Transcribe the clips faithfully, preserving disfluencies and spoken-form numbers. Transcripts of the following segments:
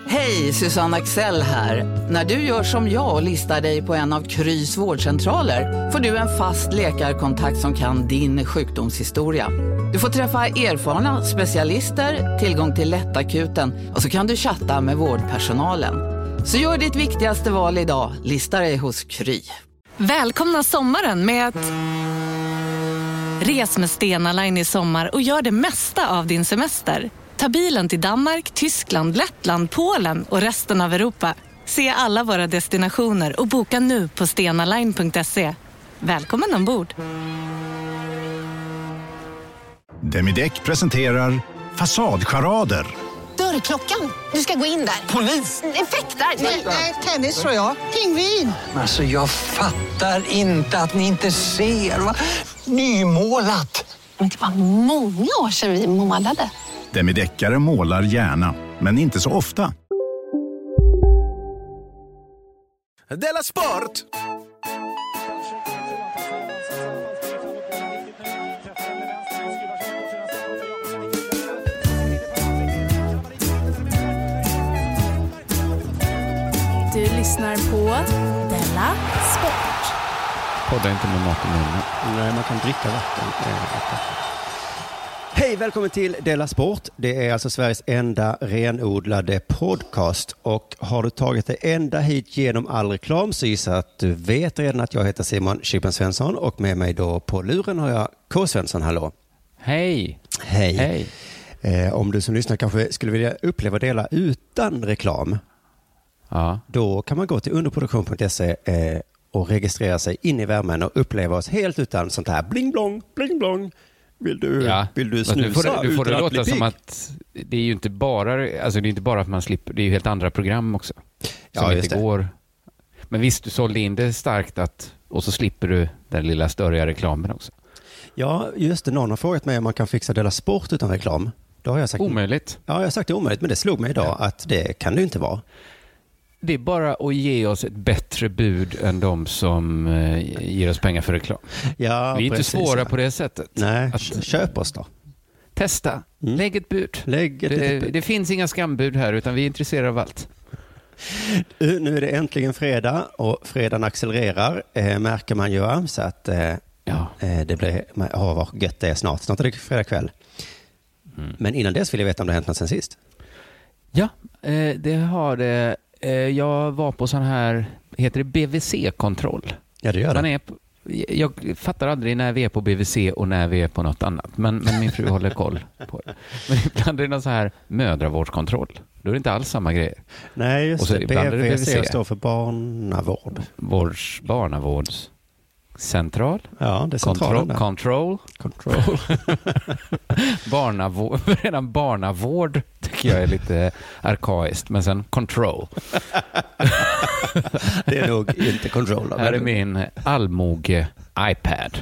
Hej, Susanne Axel här. När du gör som jag och listar dig på en av Krys vårdcentraler får du en fast läkarkontakt som kan din sjukdomshistoria. Du får träffa erfarna specialister, tillgång till lättakuten och så kan du chatta med vårdpersonalen. Så gör ditt viktigaste val idag, listar dig hos Kry. Välkomna sommaren med att... Res med Stena Line i sommar och gör det mesta av din semester. Ta bilen till Danmark, Tyskland, Lettland, Polen och resten av Europa. Se alla våra destinationer och boka nu på stena line punkt se. Välkommen ombord! Demideck presenterar Fasadcharader. Dörrklockan, du ska gå in där. Polis? Effektar? Nej, tennis tror jag. Pingvin. Alltså jag fattar inte att ni inte ser. Va? Nymålat. Men det var många år sedan vi målade. Demideckare målar gärna, men inte så ofta. Della Sport! Du lyssnar på Della Sport. Podda inte med mat i munnen. Nej, man kan dricka vatten. Hej, välkommen till Della Sport. Det är alltså Sveriges enda renodlade podcast. Och har du tagit dig ända hit genom all reklam så gissar att du vet redan att jag heter Simon Chippen Svensson. Och med mig då på luren har jag K. Svensson. Hallå. Hej. Hej. Hej. Eh, om du som lyssnar kanske skulle vilja uppleva Della utan reklam. Ja. Då kan man gå till underproduktion punkt se eh, och registrera sig in i värmen och uppleva oss helt utan sånt här bling blong, bling blong. Vill du, ja. vill du snusa? Du får det, du får det att låta som att det är ju inte bara, alltså det är inte bara att man slipper, det är ju helt andra program också. Som ja, inte går. Men visst, du sålde in det starkt att, och så slipper du den lilla större reklamen också. Ja, just det. Någon har frågat mig om man kan fixa Della Sport utan reklam. Då har jag sagt omöjligt. Ja, jag har sagt det omöjligt, men det slog mig idag ja. att det kan det inte vara. Det är bara att ge oss ett bättre bud än de som eh, ger oss pengar för reklam. Ja, vi är precis, inte svåra ja. på det sättet. Nej, att, köp oss då. Testa. Mm. Lägg ett bud. Lägg ett det, bud. Det finns inga skambud här, utan vi är intresserade av allt. Nu är det äntligen fredag och fredagen accelererar, eh, märker man ju. Så att eh, ja. eh, det blir, oh, vad gött det är snart. Snart är det fredag kväll. Mm. Men innan dess vill jag veta om det har hänt något sen sist. Ja, eh, det har det. Eh, jag var på sån här, heter det B V C-kontroll? Ja, det gör det. Man är på, jag fattar aldrig när vi är på B V C och när vi är på något annat. Men, men min fru håller koll på det. Men ibland är det någon så här mödravårdskontroll. Då är det inte alls samma grejer. Nej, just så det. B V C står för barnavård. Vårds, barnavårds. Central. Ja, det är centralen. Control. Control. Control. barnavård. Redan barnavård tycker jag är lite arkaiskt. Men sen control. Det är nog inte control. Här är min allmoge iPad.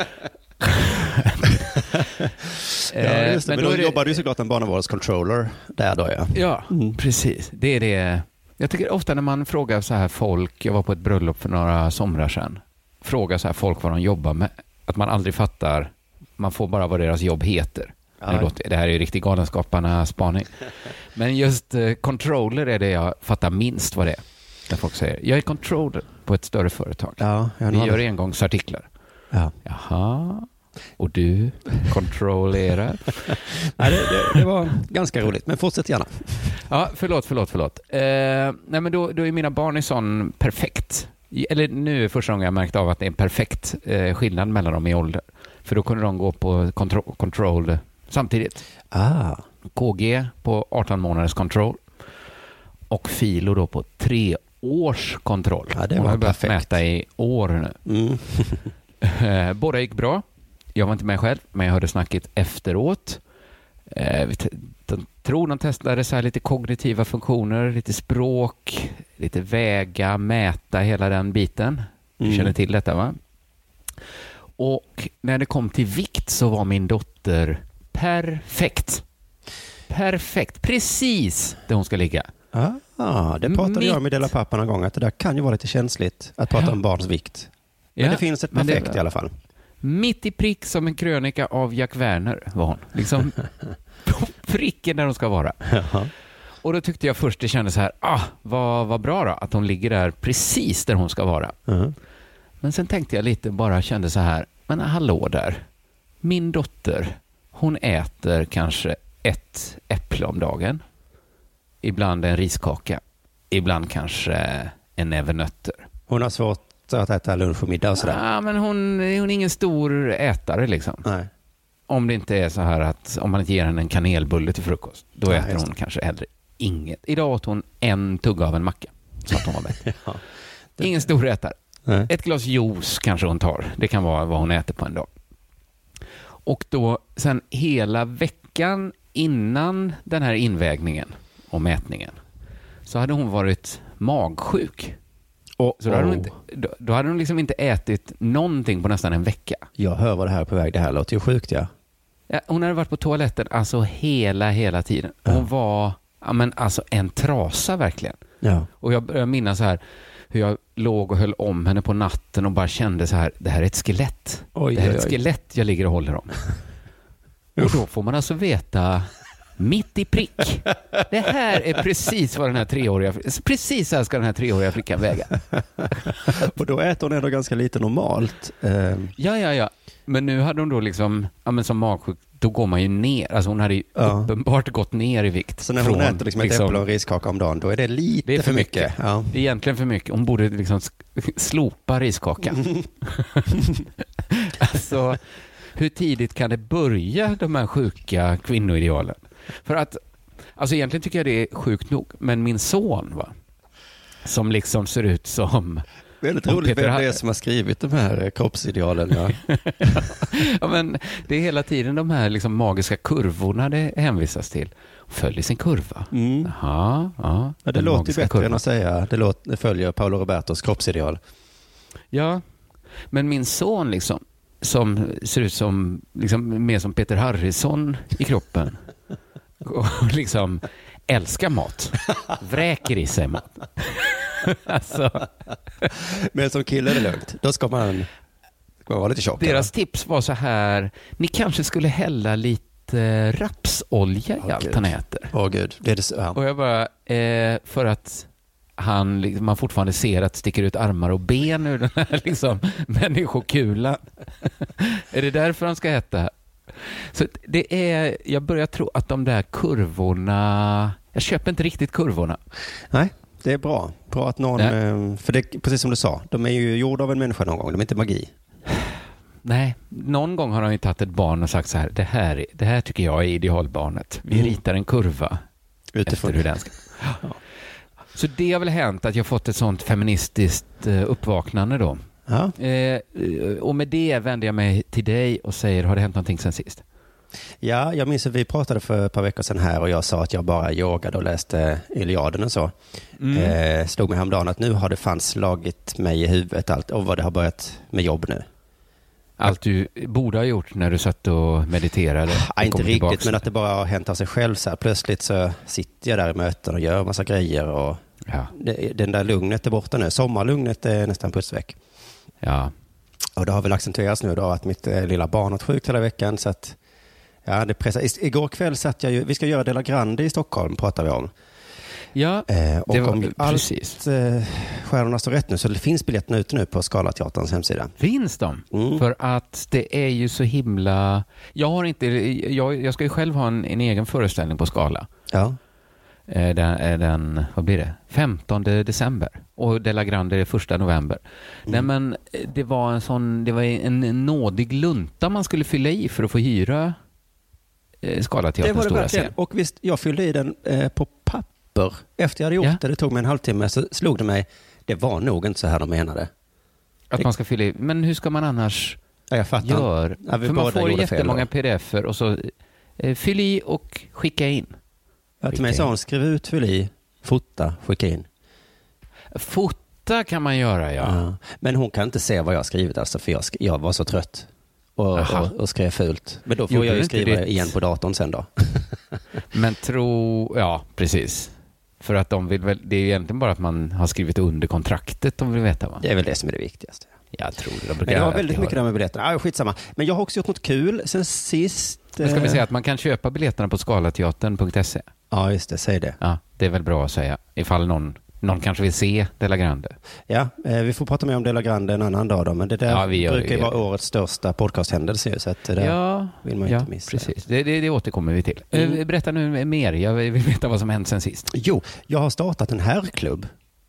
Ja, just det. Men, men då, då det... jobbar du såklart en barnavårdscontroller där då, ja. Ja, mm. precis. Det är det. Jag tycker ofta när man frågar så här folk, jag var på ett bröllop för några somrar sedan, frågar så här folk vad de jobbar med, att man aldrig fattar, man får bara vad deras jobb heter. Ja. Det, låter, det här är ju riktigt galenskaparna spaning. Men just uh, controller är det jag fattar minst vad det är. Där folk säger, jag är controller på ett större företag. Ja, vi gör engångsartiklar. Ja. Jaha. Och du kontrollerar? Nej, det, det, det var ganska roligt, men fortsätt gärna. Ja, förlåt, förlåt, förlåt. Eh, nej, men då, då är mina barn i sån perfekt. Eller nu är första gången jag märkt av att det är en perfekt eh, skillnad mellan dem i ålder. För då kunde de gå på control, control samtidigt. Ah. K G på arton månaders control. Och Filo då på tre års kontroll. Ja, det Hon var har börjat perfekt. mäta i år nu. Mm. Båda gick bra. Jag var inte med själv, men jag hörde snacket efteråt. Eh, de tror de testade så här lite kognitiva funktioner, lite språk, lite väga, mäta, hela den biten. Du mm. känner till detta, va? Och när det kom till vikt så var min dotter perfekt. Perfekt. Precis där hon ska ligga. Ah, det pratade Mitt... jag med Della Pappa någon gång, att det där kan ju vara lite känsligt att prata ja. om barns vikt. Men ja, det finns ett perfekt det... i alla fall. Mitt i prick som en krönika av Jack Werner var hon. Liksom på pricken där de ska vara. Jaha. Och då tyckte jag först det kändes så här, ah, vad, vad bra då, att hon ligger där precis där hon ska vara. Mm. Men sen tänkte jag lite, bara kände så här, men hallå där. Min dotter, hon äter kanske ett äpple om dagen. Ibland en riskaka. Ibland kanske en näve nötter. Hon har svårt att äta lunch och middag och sådär. Ja, men hon, hon är ingen stor ätare liksom. Nej. Om det inte är så här att om man inte ger henne en kanelbulle till frukost, då ja, äter hon kanske hellre inget. Idag åt hon en tugga av en macka så att hon var mätt. ja, det... Ingen stor ätare. Nej. Ett glas juice kanske hon tar. Det kan vara vad hon äter på en dag. Och då sen hela veckan innan den här invägningen och mätningen så hade hon varit magsjuk. Oh, så då hade, hon inte, då, då hade hon liksom inte ätit någonting på nästan en vecka. Jag hör vad det här är på väg. Det här låter ju sjukt, ja. ja hon hade varit på toaletten alltså hela, hela tiden. Hon ja. var ja, men alltså en trasa verkligen. Ja. Och jag började minnas så här hur jag låg och höll om henne på natten och bara kände så här, det här är ett skelett. Oj, det här är ett oj. skelett jag ligger och håller om. Och då får man alltså veta mitt i prick. Det här är precis vad den här treåriga precis så här ska den här treåriga flickan väga. Och då äter hon ändå ganska lite normalt. Ja, ja, ja. Men nu hade hon då liksom, ja men som magsjuk, då går man ju ner. Alltså hon hade ju ja. uppenbart gått ner i vikt. Så när hon från, äter liksom ett liksom, äpple och riskaka om dagen, då är det lite det är för, för mycket. mycket. Ja. Det är egentligen för mycket. Hon borde liksom slopa riskakan. Mm. Alltså, hur tidigt kan det börja, de här sjuka kvinnoidealen? För att, alltså egentligen tycker jag det är sjukt nog, men min son va, som liksom ser ut som... Väldigt roligt vem det är som har skrivit de här kroppsidealen. Ja. Ja, men det är hela tiden de här liksom magiska kurvorna det hänvisas till. Följer sin kurva. Mm. Aha, ja, ja, det låter ju bättre kurvan. Än att säga det, låter, det följer Paolo Robertos kroppsideal. Ja, men min son liksom, som ser ut som liksom, mer som Peter Harrison i kroppen. Och liksom älskar mat. Vräker i sig mat. Alltså. Men som kille är det lugnt. Då ska man, ska man vara lite tjock. Deras tips var så här: ni kanske skulle hälla lite rapsolja oh, i allt Gud. han äter. Åh oh, gud, det är det så. Ja. Och jag bara, eh, för att han, man fortfarande ser att sticker ut armar och ben ur den här liksom, människokulan. Är det därför han ska äta? Så det är, jag börjar tro att de där kurvorna, jag köper inte riktigt kurvorna. Nej. Det är bra. Bra att någon, Nej. för det precis som du sa, de är ju gjorda av en människa någon gång, de är inte magi. Nej, någon gång har de ju tagit ett barn och sagt så här, det här, det här tycker jag är idealbarnet. Vi mm. ritar en kurva utifrån efter hur den ska. Ja. Så det har väl hänt att jag fått ett sånt feministiskt uppvaknande då. Ja. Eh, och med det vänder jag mig till dig och säger, har det hänt någonting sen sist? Ja, jag minns att vi pratade för ett par veckor sedan här och jag sa att jag bara yogade och läste Iliaden och så. Mm. Eh, slog mig häromdagen att nu har det fan slagit mig i huvudet allt och vad det har börjat med jobb nu. Allt du borde ha gjort när du satt och mediterade? Ja, inte riktigt, tillbaka. Men att det bara har hänt av sig själv så här. Plötsligt så sitter jag där i möten och gör massa grejer och ja. det, den där lugnet är borta nu. Sommarlugnet är nästan putsväck. Ja. Och det har väl accentuerats nu då att mitt eh, lilla barn har sjukt hela veckan så att ja, det pressar. Igår kväll satt jag ju, vi ska göra Della Grande i Stockholm, pratar vi om. Ja, eh, och det var om precis. Allt eh, stjärnorna står rätt nu, så det finns biljetterna ute nu på Scalateaterns hemsida. Finns de? Mm. För att det är ju så himla... Jag har inte... Jag, jag ska ju själv ha en, en egen föreställning på Scala. Ja. Eh, den, den, vad blir det? femtonde december. Och Della Grande är första november. Mm. Nej, men det var en sån... Det var en, en nådig lunta man skulle fylla i för att få hyra Scalateaterns stora scen. Och visst, jag fyllde i den eh, på papper. Efter jag hade gjort ja. det, det tog mig en halvtimme, så slog det mig, det var nog inte så här de menade. Att det... man ska fylla i, men hur ska man annars ja, jag fattar. göra? Ja, för man får jättemånga pdf-er och så eh, fyll i och skicka in. Ja, till mig sa hon, skriv ut, fyll i, fota, skicka in. Fota kan man göra, ja. ja. Men hon kan inte se vad jag har skrivit, alltså, för jag, jag var så trött. Och, och, och skrev fult. Men då får jo, jag ju skriva det igen på datorn sen då. Men tro, ja precis. För att de vill väl, det är ju egentligen bara att man har skrivit under kontraktet de vill veta, va? Det är väl det som är det viktigaste. Jag tror det. De Men jag har väldigt mycket där med biljetterna. Ah, skitsamma. Men jag har också gjort något kul sen sist. Men ska vi säga att man kan köpa biljetterna på scalateatern punkt se? Ja, just det. Säg det. Ja, det är väl bra att säga. Ifall någon, någon kanske vill se Della Grande. Ja, eh, vi får prata mer om Della Grande en annan dag då. Men det där ja, vi gör, brukar ju vi vara årets största podcasthändelse. Så att det där ja, vill man ju ja, inte missa. Precis. Det, det, det återkommer vi till. Mm. Berätta nu mer. Jag vill veta vad som hänt sen sist. Jo, jag har startat en herrklubb.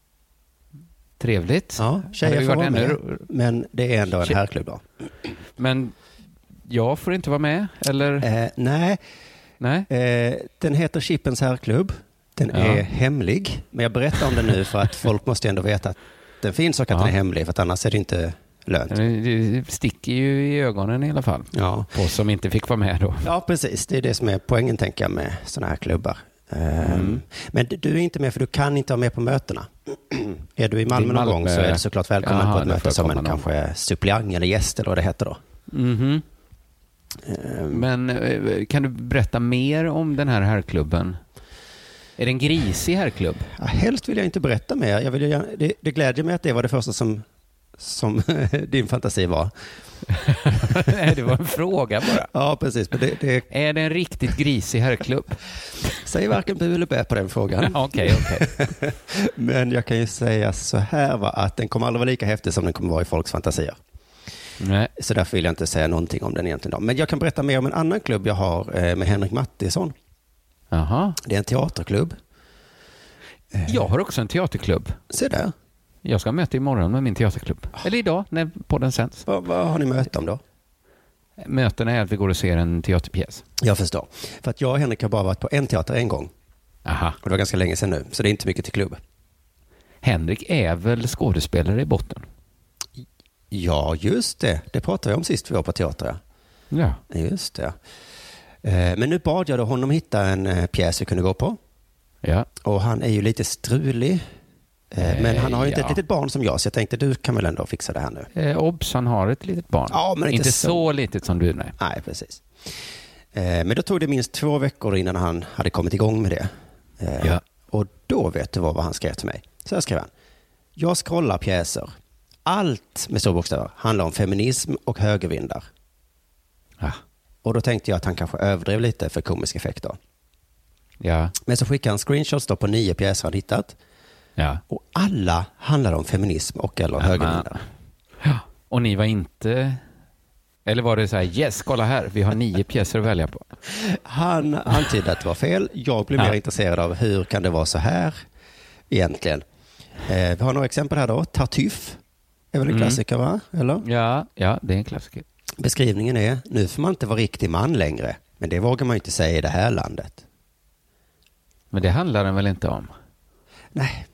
Trevligt. Ja, tjejer får vara med. Ännu... Men det är ändå en herrklubb då. Men jag får inte vara med, eller? Eh, nej. nej. Eh, den heter Chippens herrklubb. Den ja. är hemlig. Men jag berättar om den nu för att folk måste ändå veta att den finns och att ja. den är hemlig. För att annars är det inte lönt. Det sticker ju i ögonen i alla fall. Ja. På oss som inte fick vara med då. Ja, precis. Det är det som är poängen, tänker jag, med sådana här klubbar. Mm. Um, men du är inte med, för du kan inte vara med på mötena. Är du i Malmö, Malmö någon gång så är du såklart välkommen Jaha, på ett möte som en någon. kanske suppleant eller gäst eller vad det heter då. Mm-hmm. Um, Men kan du berätta mer om den här herrklubben? Är det en grisig herrklubb? Ja, helst vill jag inte berätta mer. Jag vill ju gärna, det, det glädjer mig att det var det första som, som din fantasi var. Nej, det var en fråga bara. Ja, precis. Men det, det... Är det en riktigt grisig herrklubb? Säg varken bu eller bä på den frågan. Okej, okej. Okay, okay. Men jag kan ju säga så här, va, att den kommer aldrig vara lika häftig som den kommer vara i folks fantasier. Nej. Så därför vill jag inte säga någonting om den egentligen. Då. Men jag kan berätta mer om en annan klubb jag har med Henrik Mattisson. Aha. Det är en teaterklubb. Jag har också en teaterklubb. Se där. Jag ska möta imorgon med min teaterklubb. Eller idag, när podden sänds. Vad, vad har ni möte om då? Mötena är att vi går och ser en teaterpjäs. Jag förstår. För att jag och Henrik har bara varit på en teater en gång. Aha. Och det var ganska länge sedan nu. Så det är inte mycket till klubb. Henrik är väl skådespelare i botten? Ja, just det. Det pratade vi om sist vi var på teater. Ja. Just det. Men nu bad jag då honom hitta en pjäs vi kunde gå på. Ja. Och han är ju lite strulig. Men han har ju inte ja. ett litet barn som jag, så jag tänkte du kan väl ändå fixa det här nu. Eh, obs, han har ett litet barn. Ja, men inte, inte så... så litet som du, nej. Nej, precis. Eh, men då tog det minst två veckor innan han hade kommit igång med det. Eh, ja. Och då vet du vad, vad han skrev till mig. Så här skrev han. Jag scrollar pjäser. Allt med stora bokstäver handlar om feminism och högervindar. Ja. Och då tänkte jag att han kanske överdrev lite för komisk effekt då. Ja. Men så skickade han screenshots då på nio pjäser han hittat. Ja. Och alla handlar om feminism och eller ja, högervindar. Ja. Och ni var inte... Eller var det så här, yes, kolla här, vi har nio pjäser att välja på. Han antydde att det var fel. Jag blev ja. mer intresserad av hur kan det vara så här egentligen. Eh, vi har några exempel här då. Tartuffe är väl en mm. klassiker, va? Eller? Ja, ja, det är en klassiker. Beskrivningen är, nu får man inte vara riktig man längre. Men det vågar man ju inte säga i det här landet. Men det handlar den väl inte om? Nej.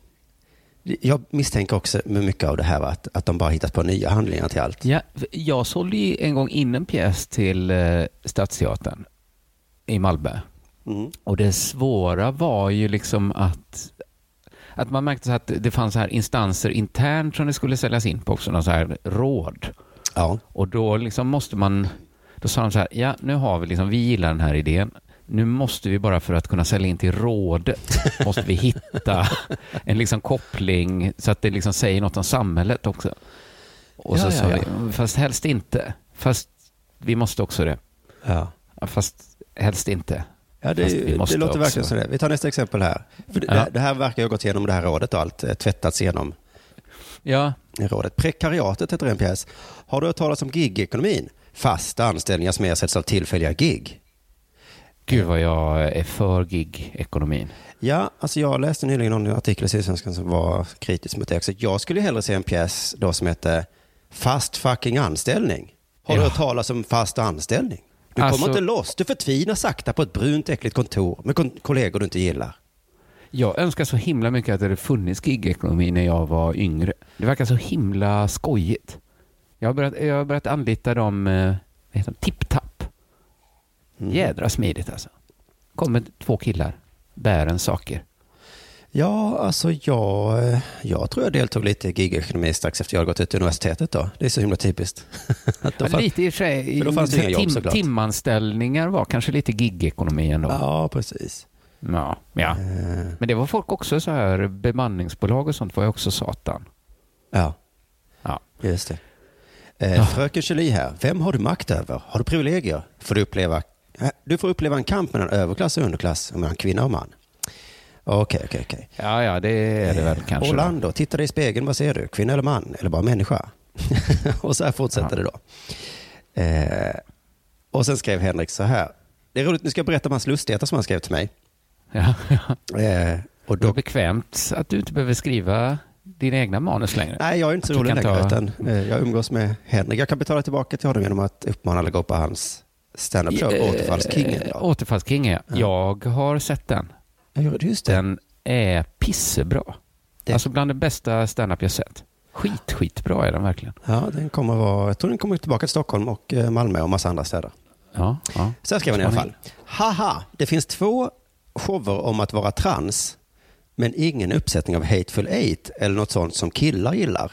Jag misstänker också med mycket av det här att, att de bara hittat på nya handlingar till allt. Ja, jag sålde ju en gång in en pjäs till eh, Stadsteatern i Malmö. Mm. Och det svåra var ju liksom att att man märkte så att det fanns så här instanser internt som det skulle säljas in på också, någon så här råd. Ja. Och då liksom måste man, då sa de så här, ja nu har vi liksom, vi gillar den här idén. Nu måste vi bara för att kunna sälja in till rådet måste vi hitta en liksom koppling så att det liksom säger något om samhället också. Och ja, så sa ja, ja. vi, fast helst inte. Fast vi måste också det. Ja. Fast helst inte. Ja, det, det låter också. Verkligen så det. Vi tar nästa exempel här. För ja. det, det här verkar ju ha gått igenom det här rådet och allt tvättats igenom. Ja. Rådet. Prekariatet heter en pjäs. Har du hört talas om gig-ekonomin? Fasta anställningar som ersätts av tillfälliga gig. Gud vad jag är för gig-ekonomin. Ja, alltså jag läste nyligen någon artikel i Sydsvenskan som var kritisk mot det också. Jag skulle hellre se en pjäs då som heter Fast fucking anställning. Har ja. du hört talas om fast anställning? Du alltså, kommer inte loss. Du förtvinar sakta på ett brunt äckligt kontor med kon- kollegor du inte gillar. Jag önskar så himla mycket att det hade funnits gig-ekonomi när jag var yngre. Det verkar så himla skojigt. Jag har börjat, jag har börjat anlita dem, vad heter de, Tipp-Tapp. Mm. Jädra smidigt alltså. Kommer två killar, bär en saker. Ja, alltså jag, jag tror jag deltog lite i gig-ekonomi strax efter jag hade gått ut i universitetet då. Det är så himla typiskt. Att då fann, lite i sig, för då fanns det tim, jobb, timanställningar var kanske lite gig-ekonomi ändå. Ja, precis. Ja, ja. Uh. Men det var folk också så här, bemanningsbolag och sånt var ju också satan. Ja, ja. Just det. Eh, ja. Fröken Kjeli här. Vem har du makt över? Har du privilegier? Får du uppleva Du får uppleva en kamp mellan överklass och underklass och mellan kvinna och man. Okej, okej, okej. Ja, ja, det är det väl eh, kanske. Orlando, titta dig i spegeln, vad ser du? Kvinna eller man? Eller bara människa? Och så här fortsätter ja. det då. Eh, och sen skrev Henrik så här. Det är roligt, nu ska jag berätta om hans lustigheter som han skrev till mig. Ja, ja. Eh, och då... Det är bekvämt att du inte behöver skriva dina egna manus längre. Nej, jag är inte så rolig längre, ta... utan eh, jag umgås med Henrik. Jag kan betala tillbaka till honom genom att uppmana alla gå på hans stand-up show, äh, Återfallskingen. Äh, Återfallskingen, ja. Jag har sett den. Just det. Den är pissebra. Det... Alltså bland det bästa stand-up jag sett. Skit, skitbra är den verkligen. Ja, den kommer vara, jag tror den kommer tillbaka till Stockholm och Malmö och massa andra städer. Ja, ja. Så här skrev han i alla fall. Haha, det finns två shower om att vara trans, men ingen uppsättning av Hateful Eight eller något sånt som killar gillar.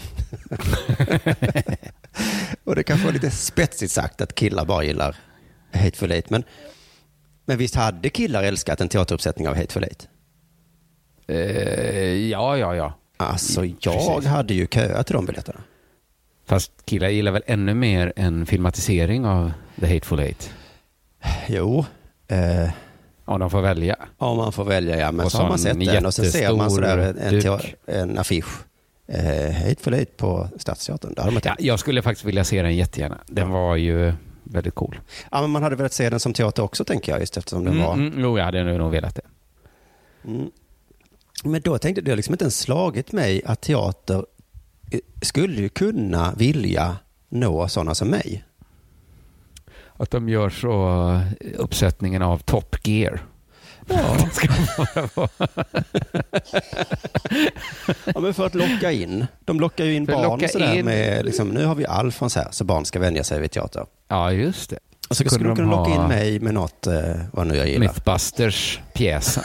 Och det kanske var lite spetsigt sagt att killar bara gillar Hateful Eight, men, men visst hade killar älskat en teateruppsättning av Hateful Eight? Uh, ja, ja, ja. Alltså, jag Precis. hade ju köat till de biljetterna. Fast killar gillar väl ännu mer en filmatisering av The Hateful Eight? Jo. Eh, om de får välja. Om man får välja, ja. Men och så har man sett den och så ser man sådär en, en, en affisch. Eh, Hateful Eight på Stadsteatern. Där ja, jag skulle faktiskt vilja se den jättegärna. Den var ju väldigt cool. Ja, men man hade velat se den som teater också, tänker jag, just eftersom den mm, var... Mm, jo, jag hade nog velat det. Mm. Men då tänkte jag, det har liksom inte ens slagit mig att teater skulle ju kunna vilja nå sådana som mig. Att de gör så uppsättningen av Top Gear. Ja. Ska vara. Ja, men för att locka in. De lockar ju in för barn sådär in... med liksom, nu har vi Alfons här så barn ska vänja sig vid teater. Ja, just det. Och så, så skulle de kunna locka in mig med något, eh, vad nu jag gillar. Mythbusters pjäsen.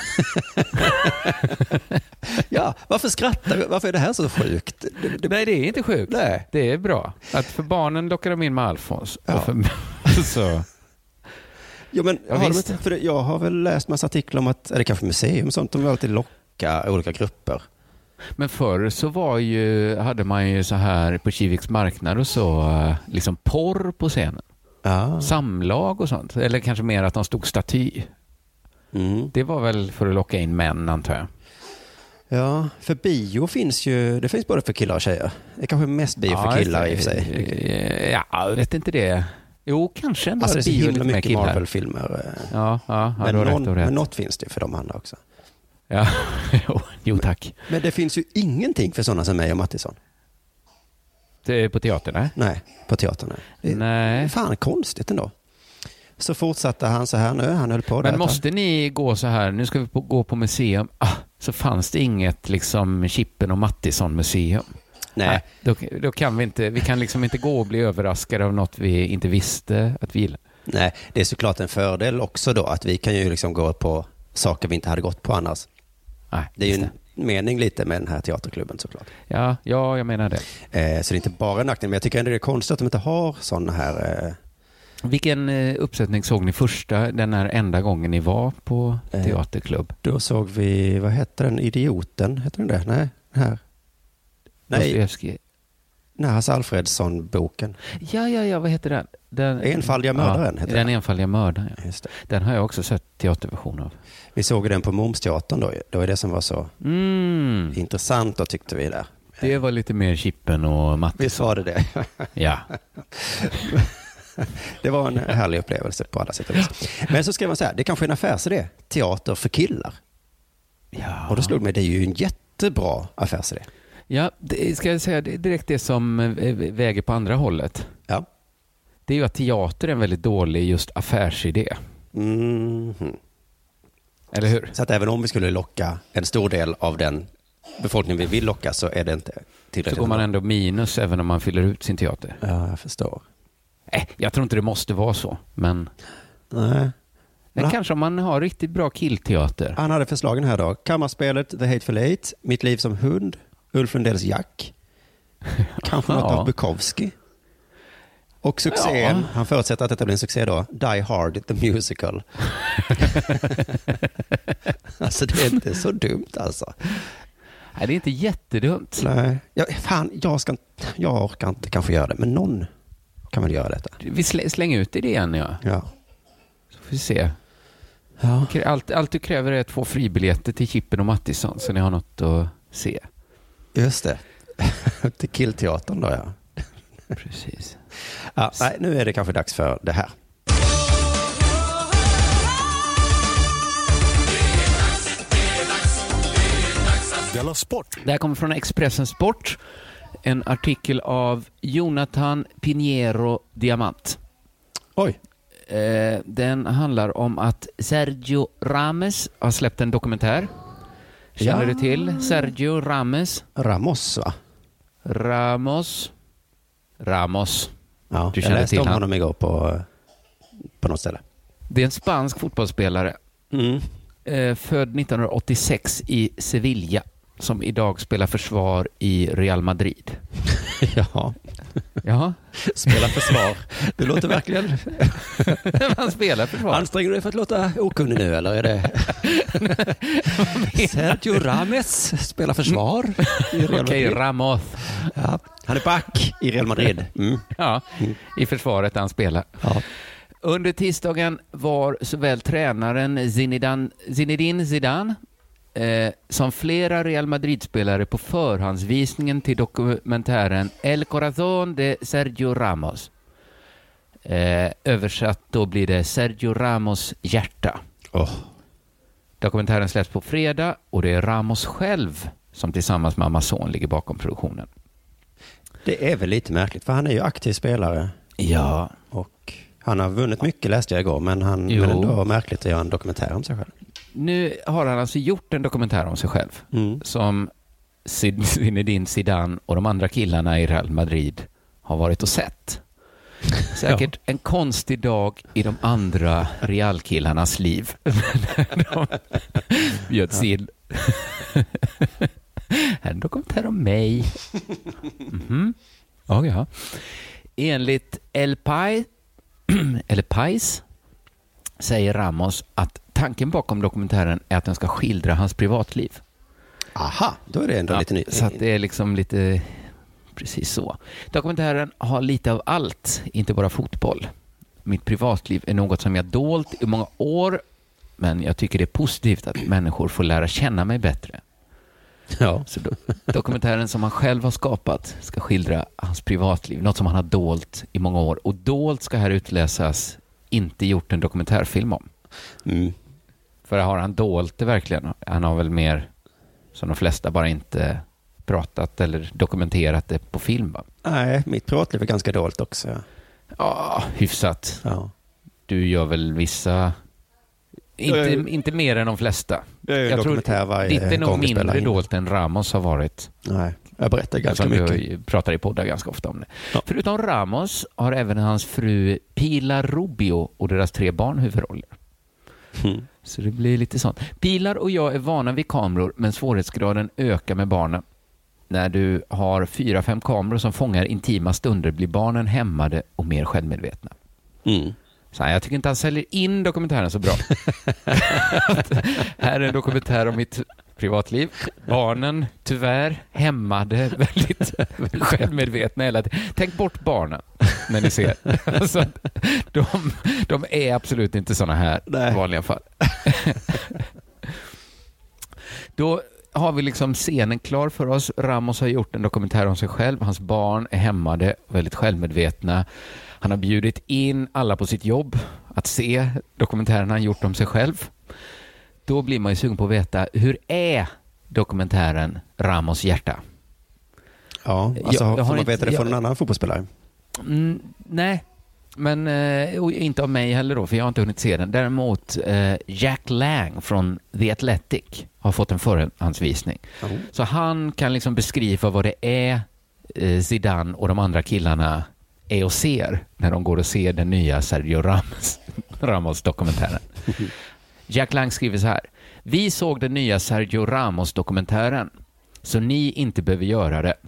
Ja, varför skrattar du? Varför är det här så sjukt? Det, det... Nej, det är inte sjukt. Nej. Det är bra. Att för barnen lockar de in med Alfons. Ja. Och för... så... Jo, men ja, har de inte, för jag har väl läst massa artiklar om att, är det kanske museum och sånt, de vill alltid locka olika grupper. Men förr så var ju, hade man ju så här på Kiviks marknad och så, liksom porr på scenen. Ah. Samlag och sånt. Eller kanske mer att de stod staty. Mm. Det var väl för att locka in män, antar jag. Ja, för bio finns ju, det finns både för killar och tjejer. Det är kanske mest bio ja, för killar i och för sig. Ja, jag vet inte det. Jo, kanske ändå. Alltså det är så bio himla mycket Marvel-filmer. Ja, ja, men, någon, rätt, rätt. men något finns det för de andra också. Ja, jo, jo tack. Men det finns ju ingenting för sådana som mig och Mattisson. Det är på teatern, nej? Nej, på teatern, nej. Det är nej. Fan konstigt ändå. Så fortsatte han så här nu, han höll på. Men måste han... ni gå så här, nu ska vi på, gå på museum, ah, så fanns det inget liksom Chippen och Mattisson museum. Nej. Nej då, då kan vi inte, vi kan liksom inte gå och bli överraskade av något vi inte visste att vi gillar. Nej, det är såklart en fördel också då, att vi kan ju liksom gå på saker vi inte hade gått på annars. Nej, det är ju en det. mening lite med den här teaterklubben såklart. Ja, ja jag menar det. Eh, så det är inte bara en nackdel, men jag tycker ändå det är konstigt att de inte har sådana här... Eh... Vilken eh, uppsättning såg ni första, den här enda gången ni var på eh, teaterklubb? Då såg vi, vad heter den? Idioten, heter den det? Nej, den här. Nej, Nej Hasse Alfredsson-boken. Ja, ja, ja, vad heter den? den Enfaldiga mördaren ja, heter den. Den enfaldiga mördaren, ja. Just det. Den har jag också sett teaterversion av. Vi såg den på Momsteatern då. Det var det som var så mm. intressant då, tyckte vi där. Det var lite mer Chippen och Mattisson. Visst var det det? Ja. Det var en härlig upplevelse på alla sätt och vis. Men så skrev man så här, det kanske är en affärsidé. Teater för killar. Ja. Och då slog mig, det är ju en jättebra affärsidé. Ja, det, ska jag säga, det är direkt det som väger på andra hållet. Ja. Det är ju att teater är en väldigt dålig just affärsidé. Mm-hmm. Eller hur? Så att även om vi skulle locka en stor del av den befolkningen vi vill locka så är det inte tillräckligt. Så går man ändå minus även om man fyller ut sin teater. Ja, jag förstår. Eh, jag tror inte det måste vara så, men... Nej. Men han... kanske om man har riktigt bra killteater. Han hade förslagen här då. Kammarspelet, The Hateful Eight, Mitt liv som hund, Ulf Lundells Jack. Kanske något av Bukowski. Och succén, ja. Han förutsätter att detta blir en succé då. Die Hard, the musical. Alltså det är inte så dumt alltså. Nej, det är inte jättedumt. Nej, ja, fan, jag, ska, jag orkar inte kanske göra det, men någon kan väl göra detta. Vi sl- slänger ut idén, ja. Ja. Så får vi se. Ja. Allt, allt du kräver är två fribiljetter till Chippen och Mattisson så ni har något att se. Just det. Till Killteatern då, ja. Precis. Ja, nej, nu är det kanske dags för det här. Della Sport. Det här kommer från Expressen Sport. En artikel av Jonathan Pinheiro Diamant. Oj. Eh, den handlar om att Sergio Ramos har släppt en dokumentär. Känner Ja. du till Sergio Ramos? Ramos, va? Ramos. Ramos. Ja, Du jag känner läste till om han. honom igår på, på något ställe. Det är en spansk fotbollsspelare. Mm. Eh, född nittonhundraåttiosex i Sevilla. Som idag spelar försvar i Real Madrid. Ja. Ja. Spela försvar. Du låter verkligen... Han spelar försvar. Anstränger du dig för att låta okunnig nu, eller är det... Sergio Ramos spelar försvar i Real Madrid. Okej, Ramos. Ja. Han är back i Real Madrid. Mm. Ja, i försvaret han spelar. Ja. Under tisdagen var såväl tränaren Zinedine, Zinedine Zidane eh, som flera Real Madrid-spelare på förhandsvisningen till dokumentären El Corazón de Sergio Ramos. Eh, översatt då blir det Sergio Ramos hjärta. Oh. Dokumentären släpps på fredag och det är Ramos själv som tillsammans med Amazon ligger bakom produktionen. Det är väl lite märkligt, för han är ju aktiv spelare. Ja. Och han har vunnit mycket, läste jag igår, men han Jo. men ändå märkligt att göra en dokumentär om sig själv. Nu har han alltså gjort en dokumentär om sig själv Mm. som Zinedine Zidane och de andra killarna i Real Madrid har varit och sett. Säkert ja. En konstig dag i de andra Real-killarnas liv. De bjöds in. En dokumentär om mig. Mm-hmm. Ja, ja. Enligt El Pais, eller Pais säger Ramos att tanken bakom dokumentären är att den ska skildra hans privatliv. Aha, då är det ändå Ja, lite ny. så att det är liksom lite precis så. Dokumentären har lite av allt, inte bara fotboll. Mitt privatliv är något som jag dolt i många år, men jag tycker det är positivt att människor får lära känna mig bättre. Ja. Så do- dokumentären som han själv har skapat ska skildra hans privatliv, något som han har dolt i många år. Och dolt ska här utläsas inte gjort en dokumentärfilm om. Mm. För har han dolt det verkligen? Han har väl mer, som de flesta, bara inte pratat eller dokumenterat det på film, va? Nej, mitt privatliv är ganska dåligt också. Ja, hyfsat. Ja. Du gör väl vissa... Inte, är- inte mer än de flesta. Det är ju en Jag tror dokumentär varje ditt är nog gång vi spelar mindre in. dolt än Ramos har varit. Nej, jag berättar ganska Som mycket. vi pratar i poddar ganska ofta om det. Ja. Förutom Ramos har även hans fru Pilar Rubio och deras tre barn huvudroller. Mm. Så det blir lite sånt. Pilar och jag är vana vid kameror, men svårighetsgraden ökar med barnen. När du har fyra, fem kameror som fångar intima stunder blir barnen hämmade och mer självmedvetna. Mm. Så här, jag tycker inte han säljer in dokumentären så bra. Här är en dokumentär om mitt privatliv. Barnen, tyvärr, hämmade, väldigt självmedvetna hela tiden. Tänk bort barnen när ni ser. Alltså, de, de är absolut inte såna här Nej. i vanliga fall. Då har vi liksom scenen klar för oss. Ramos har gjort en dokumentär om sig själv. Hans barn är hämmade, väldigt självmedvetna. Han har bjudit in alla på sitt jobb att se dokumentären han gjort om sig själv. Då blir man ju sugen på att veta, hur är dokumentären Ramos hjärta? Ja, alltså Jag- jag får har man inte- veta det från jag- en annan fotbollsspelare? Mm, nej, men eh, och inte av mig heller då, för jag har inte hunnit se den. Däremot eh, Jack Lang från The Athletic har fått en förhandsvisning. Oh. Så han kan liksom beskriva vad det är eh, Zidane och de andra killarna är och ser när de går och ser den nya Sergio Ramos, Ramos dokumentären. Jack Lang skriver så här: vi såg den nya Sergio Ramos dokumentären, så ni inte behöver göra det.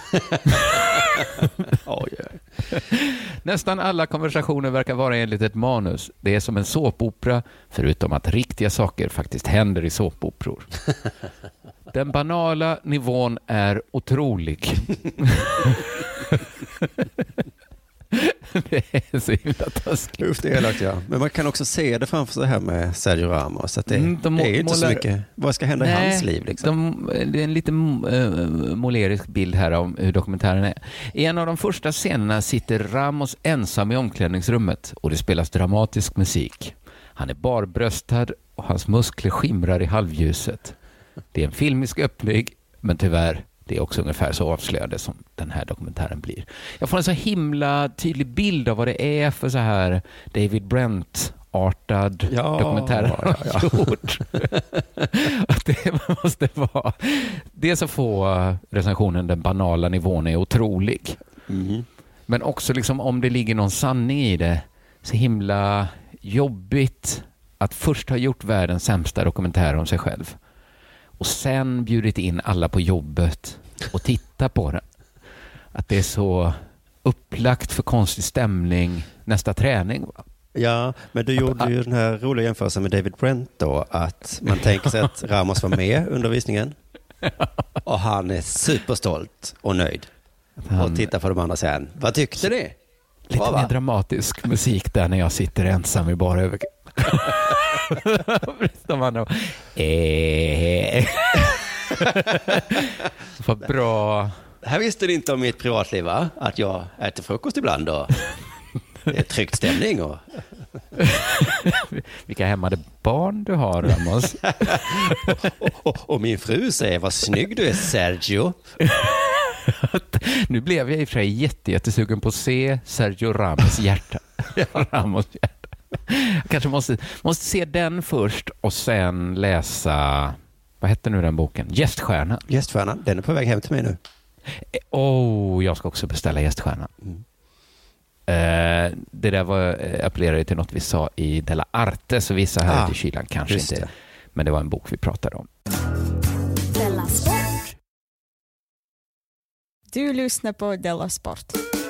Oj, oj. Nästan alla konversationer verkar vara enligt ett manus. Det är som en såpopera, förutom att riktiga saker faktiskt händer i såpoperor. Den banala nivån är otrolig. Det är så himla taskigt. Uff, det är elakt, ja. Men man kan också se det framför sig här med Sergio Ramos. Att det, mm, de det är ju inte målar... så mycket. Vad ska hända Nej, i hans liv? Liksom? De, det är en lite uh, målerisk bild här om hur dokumentären är. I en av de första scenerna sitter Ramos ensam i omklädningsrummet och det spelas dramatisk musik. Han är barbröstad och hans muskler skimrar i halvljuset. Det är en filmisk öppning, men tyvärr, det är också ungefär så avslöjande som den här dokumentären blir. Jag får en så himla tydlig bild av vad det är för så här David Brent-artad ja, dokumentär ja, ja. gjort. Att det måste vara... Det så få recensionen, den banala nivån är otrolig. Mm. Men också liksom om det ligger någon sanning i det, så himla jobbigt att först ha gjort världens sämsta dokumentär om sig själv och sen bjudit in alla på jobbet och titta på den. Att det är så upplagt för konstig stämning nästa träning. Va? Ja, men du gjorde ju den här roliga jämförelsen med David Brent då, att man tänker sig att Ramos var med under visningen och han är superstolt och nöjd. Han... Och tittar på de andra sen. Vad tyckte ni? Lite Bra, mer dramatisk musik där när jag sitter ensam i bara över... eh. Vad bra. Här visste ni inte om mitt privatliv, va? Att jag äter frukost ibland och det är tryckt stämning. Och... Vilka hämmade barn du har, Ramos. och, och, och min fru säger, vad snygg du är, Sergio. Nu blev jag i och för sig jätte, jättesugen på att se Sergio Ramos hjärta. Ramos hjärta. Jag kanske måste, måste se den först och sen läsa, vad heter nu den boken? Gäststjärnan. Gäststjärnan, den är på väg hem till mig nu. Åh, oh, jag ska också beställa Gäststjärnan. Mm. Uh, det där var, appellerade till något vi sa i Della Arte, så vissa här ah, i kylan kanske inte. Det. Men det var en bok vi pratade om. Della Sport. Du lyssnar på Della Sport.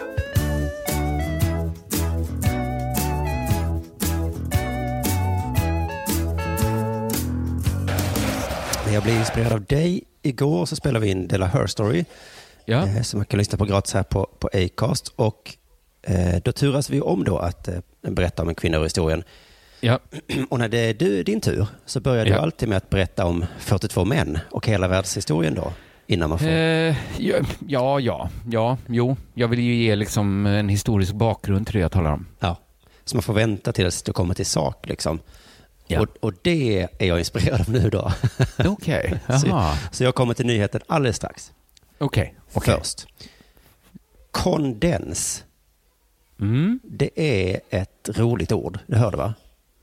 Jag blev inspirerad av dig. Igår så spelade vi in Della Her Story. Ja. Eh, som man kan lyssna på gratis här på, på Acast. Och eh, då turas vi om då att eh, berätta om en kvinna ur historien. Ja. Och när det är du, din tur så börjar ja. du alltid med att berätta om fyrtiotvå män och hela världshistorien då. Innan man får... Eh, ja, ja, ja, ja, jo. Jag vill ju ge liksom en historisk bakgrund till det jag talar om. Ja, så man får vänta tills du kommer till sak liksom. Ja. Och, och det är jag inspirerad av nu då. Okej, okay. så, så jag kommer till nyheten alldeles strax. Okej, okay. okay. Först. Kondens. Mm. Det är ett roligt ord, det hörde va?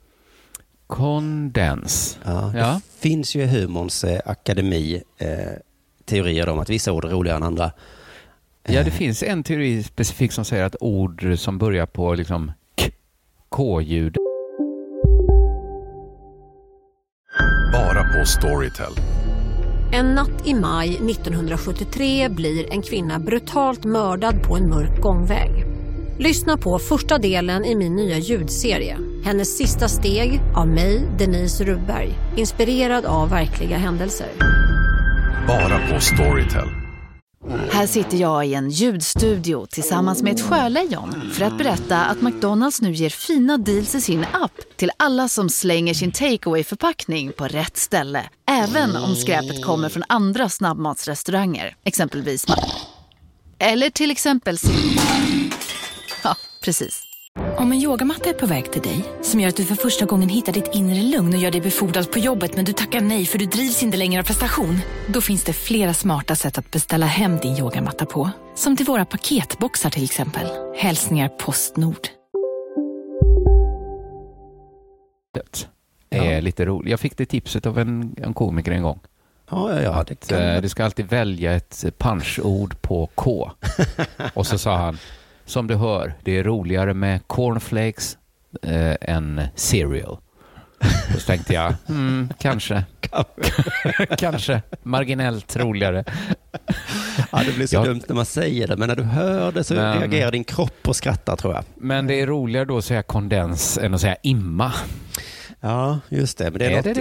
Kondens. Ja, det ja. finns ju i humorns eh, akademi eh, teorier om att vissa ord är roligare än andra. Ja, det eh. finns en teori specifikt som säger att ord som börjar på liksom k, k-ljud. Bara på Storytel. En natt i maj nittonhundrasjuttiotre blir en kvinna brutalt mördad på en mörk gångväg. Lyssna på första delen i min nya ljudserie. Hennes sista steg av mig, Denise Rubberg. Inspirerad av verkliga händelser. Bara på Storytel. Här sitter jag i en ljudstudio tillsammans med ett sjölejon för att berätta att McDonalds nu ger fina deals i sin app till alla som slänger sin takeaway-förpackning på rätt ställe. Även om skräpet kommer från andra snabbmatsrestauranger, exempelvis. Eller till exempel... Ja, precis. Om en yogamatta är på väg till dig, som gör att du för första gången hittar ditt inre lugn och gör dig befordrad på jobbet men du tackar nej för du drivs inte längre av prestation, då finns det flera smarta sätt att beställa hem din yogamatta på. Som till våra paketboxar till exempel. Hälsningar Postnord. Det är lite roligt. Jag fick det tipset av en, en komiker en gång. Ja, ja, ja. Att, det kan... Du ska alltid välja ett punchord på K. Och så sa han, som du hör, det är roligare med cornflakes eh, än cereal. Då tänkte jag, mm, kanske. kanske. Marginellt roligare. Ja, det blir så ja. dumt när man säger det, men när du hör det så men, reagerar din kropp och skrattar, tror jag. Men det är roligare då att säga kondens än att säga imma. Ja, just det. Men det är, är något, det det?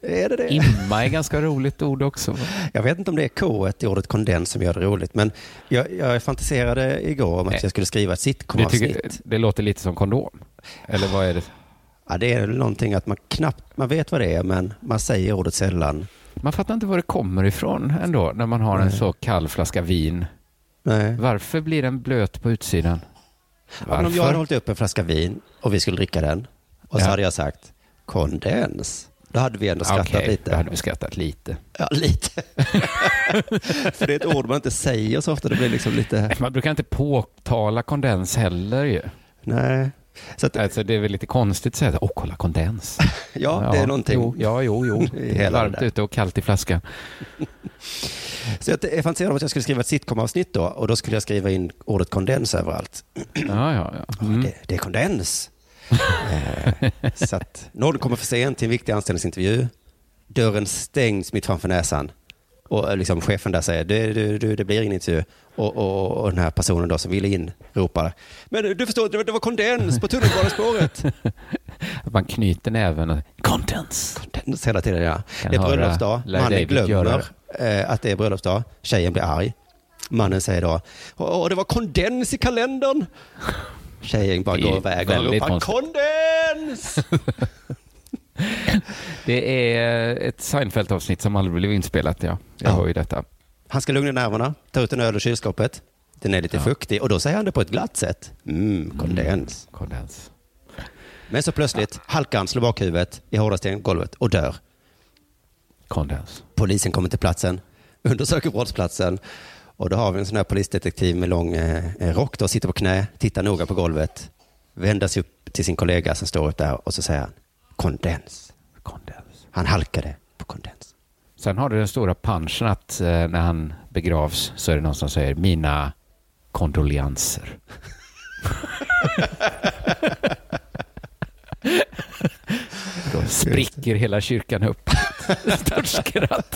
Är det det? Imma är ganska roligt ord också. Jag vet inte om det är K i ordet kondens som gör det roligt, men jag, jag fantiserade igår om att jag skulle skriva ett sitcom-avsnitt. Det, det låter lite som kondom. Eller vad är det? Ja, det är någonting att man knappt, man vet vad det är, men man säger ordet sällan. Man fattar inte var det kommer ifrån ändå, när man har en Nej. så kall flaska vin. Nej. Varför blir den blöt på utsidan? Ja, men om jag hade hållit upp en flaska vin och vi skulle dricka den, och så Ja. hade jag sagt kondens. Då hade vi ändå skrattat Okej, lite. då hade vi skrattat lite. Ja, lite. För det är ett ord man inte säger så ofta. Det blir liksom lite... Man brukar inte påtala kondens heller ju. Nej. Så att... alltså, det är väl lite konstigt att säga, åh, kolla kondens. ja, det är någonting. Jo, ja, jo, jo. Det är varmt ute och kallt i flaskan. Så jag, jag fantiserade om att jag skulle skriva ett sitcom-avsnitt då, och då skulle jag skriva in ordet kondens överallt. Ja, ja, ja. Mm. Det, det är kondens. eh, så att någon kommer för sent till en viktig anställningsintervju. Dörren stängs mitt framför näsan. Och liksom chefen där säger, det, det, det, det blir ingen intervju. Och, och, och den här personen då som ville in ropar, men du förstår, det, det var kondens på tunnelbanespåret. Man knyter näven och kondens. Kondens hela tiden, ja. Kan det är höra bröllopsdag. Larry Mannen David glömmer göra eh, att det är bröllopsdag. Tjejen blir arg. Mannen säger då, åh, det var kondens i kalendern. Tjejen bara går iväg och ropar, kondens! Det är ett Seinfeld-avsnitt som aldrig blev inspelat, ja. Jag Ja. har ju detta. Han ska lugna nerverna, ta ut en öl ur kylskåpet. Den är lite Ja. fuktig och då säger han det på ett glatt sätt. Mm, kondens. Mm, kondens. Men så plötsligt halkar han, slår bakhuvudet i hårda stengolvet och dör. Kondens. Polisen kommer till platsen, undersöker brottsplatsen, och då har vi en sån här polisdetektiv med lång eh, rock då, sitter på knä, tittar noga på golvet, vänder sig upp till sin kollega som står upp där och så säger han kondens. Kondens. Han halkade på kondens. Sen har du den stora punchen att eh, när han begravs så är det någon som säger mina kondolenser. Då spricker hela kyrkan upp. Stort skratt.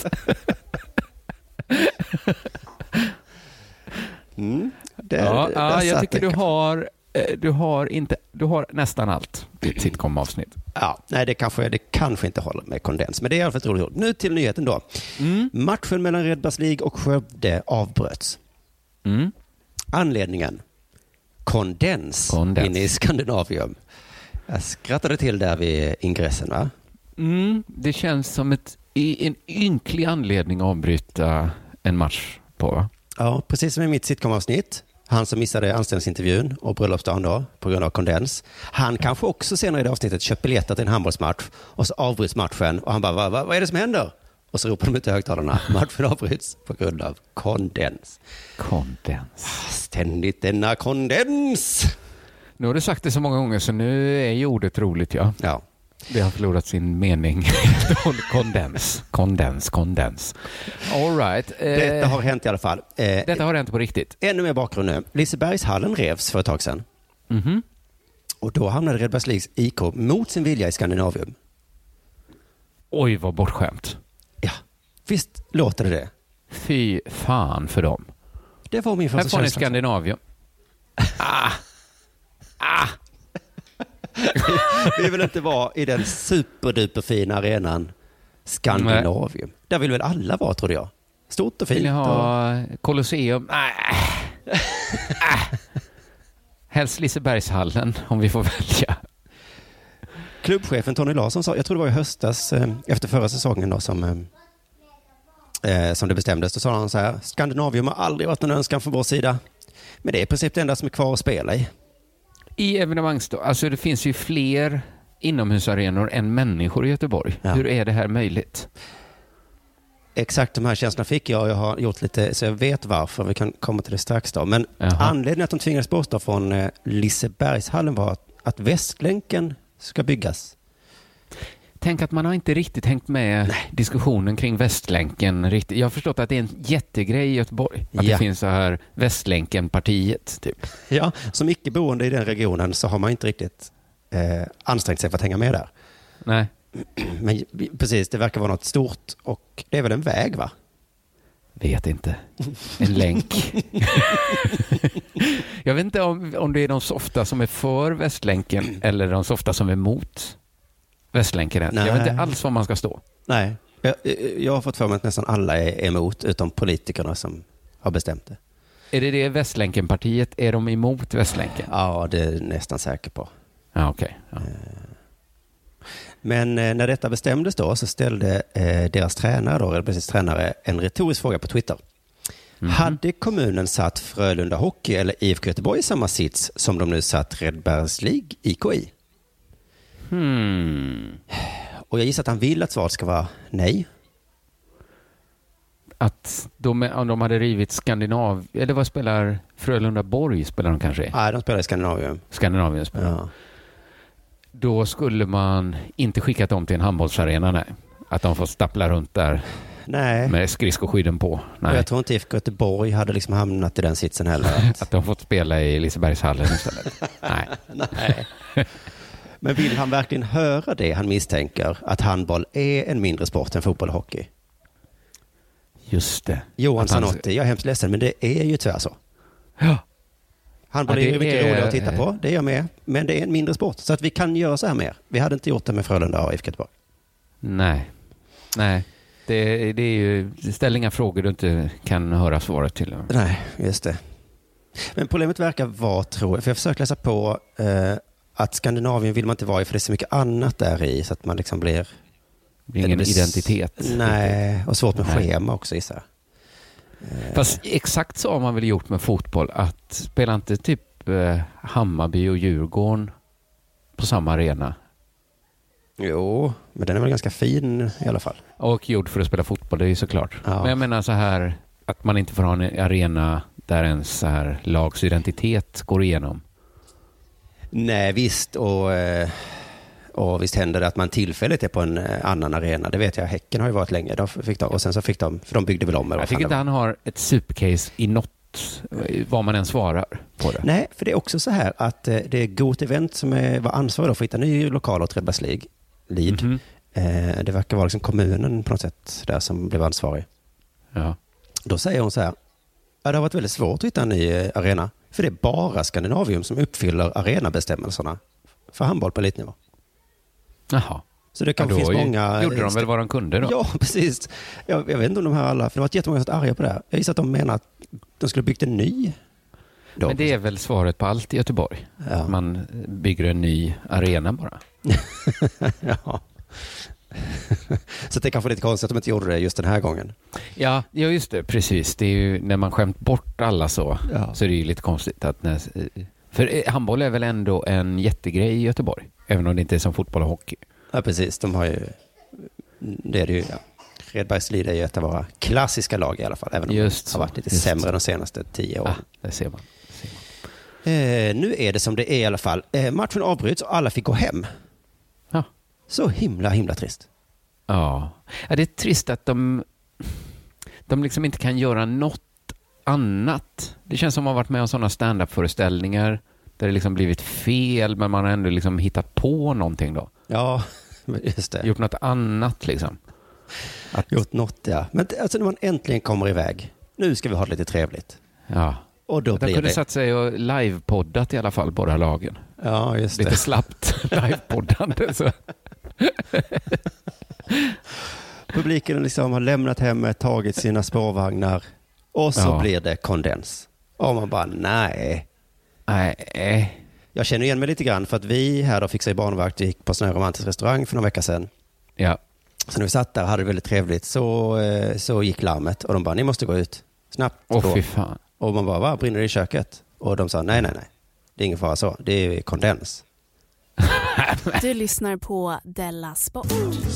Mm, det, ja, det, ja, jag tycker det. du har, du har inte, du har nästan allt i ett sitcom-avsnitt. Ja, nej, det kanske, det kanske inte håller med kondens, men det är i alla fall ett roligt ord. Nu till nyheten då. Mm. Matchen mellan Redbergslig och Skövde avbröts. Mm. Anledningen? Kondens, Kondens inne i Skandinavium. Jag skrattade till där vid ingressen, va? Mm, det känns som ett, en ynklig anledning att avbryta en match på, va? Ja, precis som i mitt sitcom-avsnitt. Han som missade anställningsintervjun och bröllopsdagen då, på grund av kondens. Han kanske också senare i det avsnittet köpt biljetter till en handbollsmatch och så avbryts matchen och han bara, va, va, vad är det som händer? Och så ropar de ut i högtalarna, matchen avbryts på grund av kondens. Kondens. Ständigt denna kondens. Nu har du sagt det så många gånger så nu är ju ordet roligt, ja. Ja. Det har förlorat sin mening. kondens, kondens, kondens. All right. Eh, Detta har hänt i alla fall. Eh, detta har hänt på riktigt. Ännu mer bakgrund nu. Lisebergshallen revs för ett tag sedan. Mm-hmm. Och då hamnade Redbergsligs I K mot sin vilja i Skandinavium. Oj, vad bortskämt. Ja, visst låter det det. Fy fan för dem. Det var min första känsla. Här får ni känsla. Skandinavium. Ah! Ah! Vi vill inte vara i den superduperfina arenan Skandinavium. Nej. Där vill väl alla vara, tror jag. Stort och fint. Vill ni ha Colosseum? Nej. äh. Helst Lisebergshallen, om vi får välja. Klubbchefen Tony Larsson sa, jag tror det var i höstas eh, efter förra säsongen då, som, eh, som det bestämdes. Då sa han så här, Skandinavium har aldrig varit en önskan från vår sida. Men det är i princip det enda som är kvar att spela i. I evenemangsdag, alltså det finns ju fler inomhusarenor än människor i Göteborg. Ja. Hur är det här möjligt? Exakt de här känslorna fick jag. Jag har gjort lite, så jag vet varför. Vi kan komma till det strax då. Men Jaha. anledningen att de tvingades bort från eh, Lisebergshallen var att, att Västlänken ska byggas. Tänk att man har inte riktigt hängt med Nej. diskussionen kring Västlänken. Jag har förstått att det är en jättegrej i Göteborg. Att ja. det finns så här Västlänken-partiet. Typ. Ja, som icke-boende i den regionen så har man inte riktigt eh, ansträngt sig för att hänga med där. Nej. Men precis, det verkar vara något stort och det är väl en väg, va? Vet inte. En länk. Jag vet inte om, om det är de softa som är för Västlänken eller de softa som är mot. Västlänken är. Jag vet inte alls var man ska stå. Nej, jag, jag har fått för mig att nästan alla är emot, utom politikerna som har bestämt det. Är det det Västlänkenpartiet? Är de emot Västlänken? Ja, det är jag nästan säker på. Ja, okej. Okay. Ja. Men när detta bestämdes då så ställde eh, deras tränare, då, eller precis tränare, en retorisk fråga på Twitter. Mm-hmm. Hade kommunen satt Frölunda Hockey eller I F K Göteborg i samma sits som de nu satt Redbergslig I K I? Hmm. Och jag gissar att han vill att svaret ska vara nej. Att de, om de hade rivit Skandinav... Eller vad spelar Frölunda Borg? Spelar de kanske? Nej, de spelar i Skandinavien. Skandinavien spelar ja. Då skulle man inte skickat dem till en handbollsarena, nej. Att de får stappla runt där. Nej. Med skridskoskydden på. Nej. Och jag tror inte I F K Göteborg hade liksom hamnat i den sitsen heller. Att de fått spela i Lisebergshallen istället. Nej. Nej. Men vill han verkligen höra det han misstänker? Att handboll är en mindre sport än fotboll och hockey? Just det. Johan Sanotti, jag är hemskt ledsen, men det är ju tyvärr så. Ja. Handboll ja, är mycket roligt att titta på, det är jag med. Men det är en mindre sport, så att vi kan göra så här mer. Vi hade inte gjort det med Frölunda och I F K Göteborg. Nej. Nej. Det, det är ju, ställ inga frågor du inte kan höra svaret till. Nej, just det. Men problemet verkar vara, tror jag, för jag försöker läsa på eh, att Skandinavien vill man inte vara i, för det är så mycket annat där i, så att man liksom blir... Det ingen blir, identitet. Nej, och svårt med nej. Schema också, gissar jag. Fast exakt så har man väl gjort med fotboll, att spela inte typ eh, Hammarby och Djurgården på samma arena. Jo, men den är väl ganska fin i alla fall. Och gjord för att spela fotboll, det är ju såklart. Ja. Men jag menar så här, att man inte får ha en arena där ens så här lags identitet går igenom. Nej, visst. Och, och visst händer det att man tillfälligt är på en annan arena. Det vet jag, Häcken har ju varit länge. De fick de, och sen så fick de, för de byggde väl om. Jag tycker inte han har ett supercase i något, vad man än svarar på det. Nej, för det är också så här att det är Got Event som är, var ansvarig för att hitta ny lokal åt Redbergslig. Lid. Mm-hmm. Eh, det verkar vara liksom kommunen på något sätt där som blev ansvarig. Ja. Då säger hon så här: ja, det har varit väldigt svårt att hitta en ny arena, för det är bara Skandinavium som uppfyller arenabestämmelserna för handboll på elitnivå. Jaha. Så det kanske ja, finns många... Gjorde de väl vad de kunde då? Ja, precis. Jag, jag vet inte om de här alla... För det var jättemånga som var arga på det här. Jag gissar att de menar att de skulle byggt en ny. Då. Men det är väl svaret på allt i Göteborg? Ja. Att man bygger en ny arena bara. Ja. Så det är kanske lite konstigt att de inte gjorde det just den här gången. Ja, ja just det. Precis. Det är ju när man skämt bort alla så. Ja. Så är det ju lite konstigt att... När, för handboll är väl ändå en jättegrej i Göteborg? Även om det inte är som fotboll och hockey. Ja, precis. De har ju... Det är det ju... Ja. Redbergslid är ju ett av våra klassiska lag i alla fall. Även om just de har varit lite just. sämre de senaste tio åren. Ah, det ser man. Det ser man. Eh, nu är det som det är i alla fall. Eh, matchen avbryts och alla fick gå hem. Ja. Så himla, himla trist. Ja. Ja, det är trist att de... De liksom inte kan göra något annat. Det känns som att man har varit med om sådana stand-up-föreställningar där det liksom blivit fel, men man har ändå liksom hittat på någonting då. Ja, just det. Gjort något annat liksom. Att... Gjort något, ja. Men alltså när man äntligen kommer iväg, nu ska vi ha det lite trevligt. Ja. Och då de blir kunde det... satt sig och livepoddat i alla fall, båda lagen. Ja, just det. Lite slappt livepoddande. Så. Publiken liksom har lämnat hemmet, tagit sina spårvagnar och så ja. Blir det kondens. Och man bara, nej. Nej. Jag känner igen mig lite grann för att vi här då fixade barnvakt, gick på sån här romantisk restaurang för några veckor sedan. Ja. Så när vi satt där och hade det väldigt trevligt så, så gick larmet och de bara, ni måste gå ut snabbt. Åh oh, fy fan. Och man bara, vad brinner det i köket? Och de sa, nej, nej, nej. Det är ingen fara så. Det är kondens. Du lyssnar på Della Sport.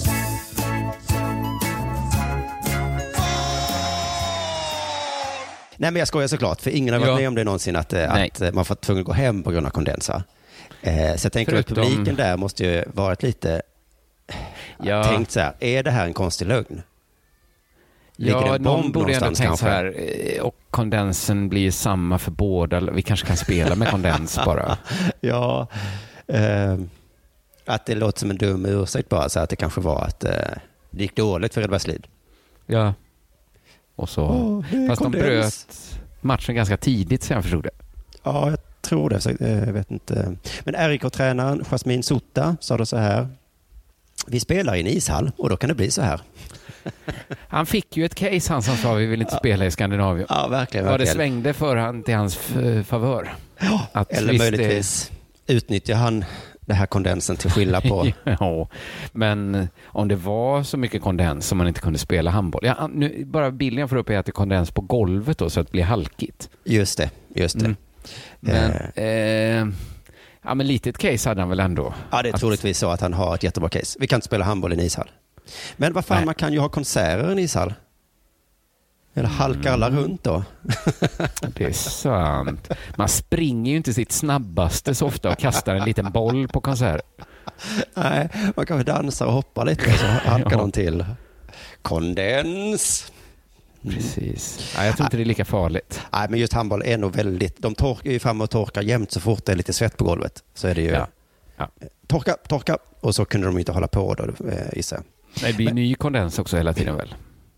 Nej, men jag skojar såklart. För ingen har varit ja. Med om det någonsin att, att man får tvungen att gå hem på grund av kondens. Eh, så jag tänker Förutom... att publiken där måste ju varit lite ja. Tänkt så här, är det här en konstig lögn? Ligger ja, en bomb borde ändå tänkt så här, och kondensen blir samma för båda. Vi kanske kan spela med kondens bara. Ja, eh, att det låter som en dum ursäkt bara, så att det kanske var att eh, det gick dåligt för Redbergslid. Ja. Och så. Oh, fast kondens. De bröt matchen ganska tidigt, så jag förstod det. Ja, jag tror det. Jag vet inte. Men R I K-tränaren Jasmin Sota sa då så här. Vi spelar i en ishall och då kan det bli så här. Han fick ju ett case, han som sa vi vill inte spela i Skandinavien. Ja, verkligen. Var verkligen. det svängde för han till hans f- favör? Ja, att eller möjligtvis det... utnyttjar han det här kondensen till skilla på. Ja, men om det var så mycket kondens som man inte kunde spela handboll. Ja, nu, bara bilden får upp är att det är kondens på golvet då, så att det blir halkigt. Just det, just det. Mm. Men, eh. Eh, ja, men litet case hade han väl ändå. Ja, det är att... troligtvis så att han har ett jättebra case. Vi kan inte spela handboll i en ishall. Men vad fan, Nej. Man kan ju ha konserter i en ishall. Eller halkar alla mm. runt då? Det är sant. Man springer ju inte sitt snabbaste så ofta och kastar en liten boll på konsert. Nej, man kan väl dansa och hoppa lite och så halkar ja. de till. Kondens. Precis. Nej, jag tror inte det är lika farligt. Nej, men just handboll är nog väldigt... De torkar ju fram och torkar jämt så fort det är lite svett på golvet. Så är det ju... Ja. Ja. Torka, torka. Och så kunde de inte hålla på då, gissar jag. Det blir men... ny kondens också hela tiden väl?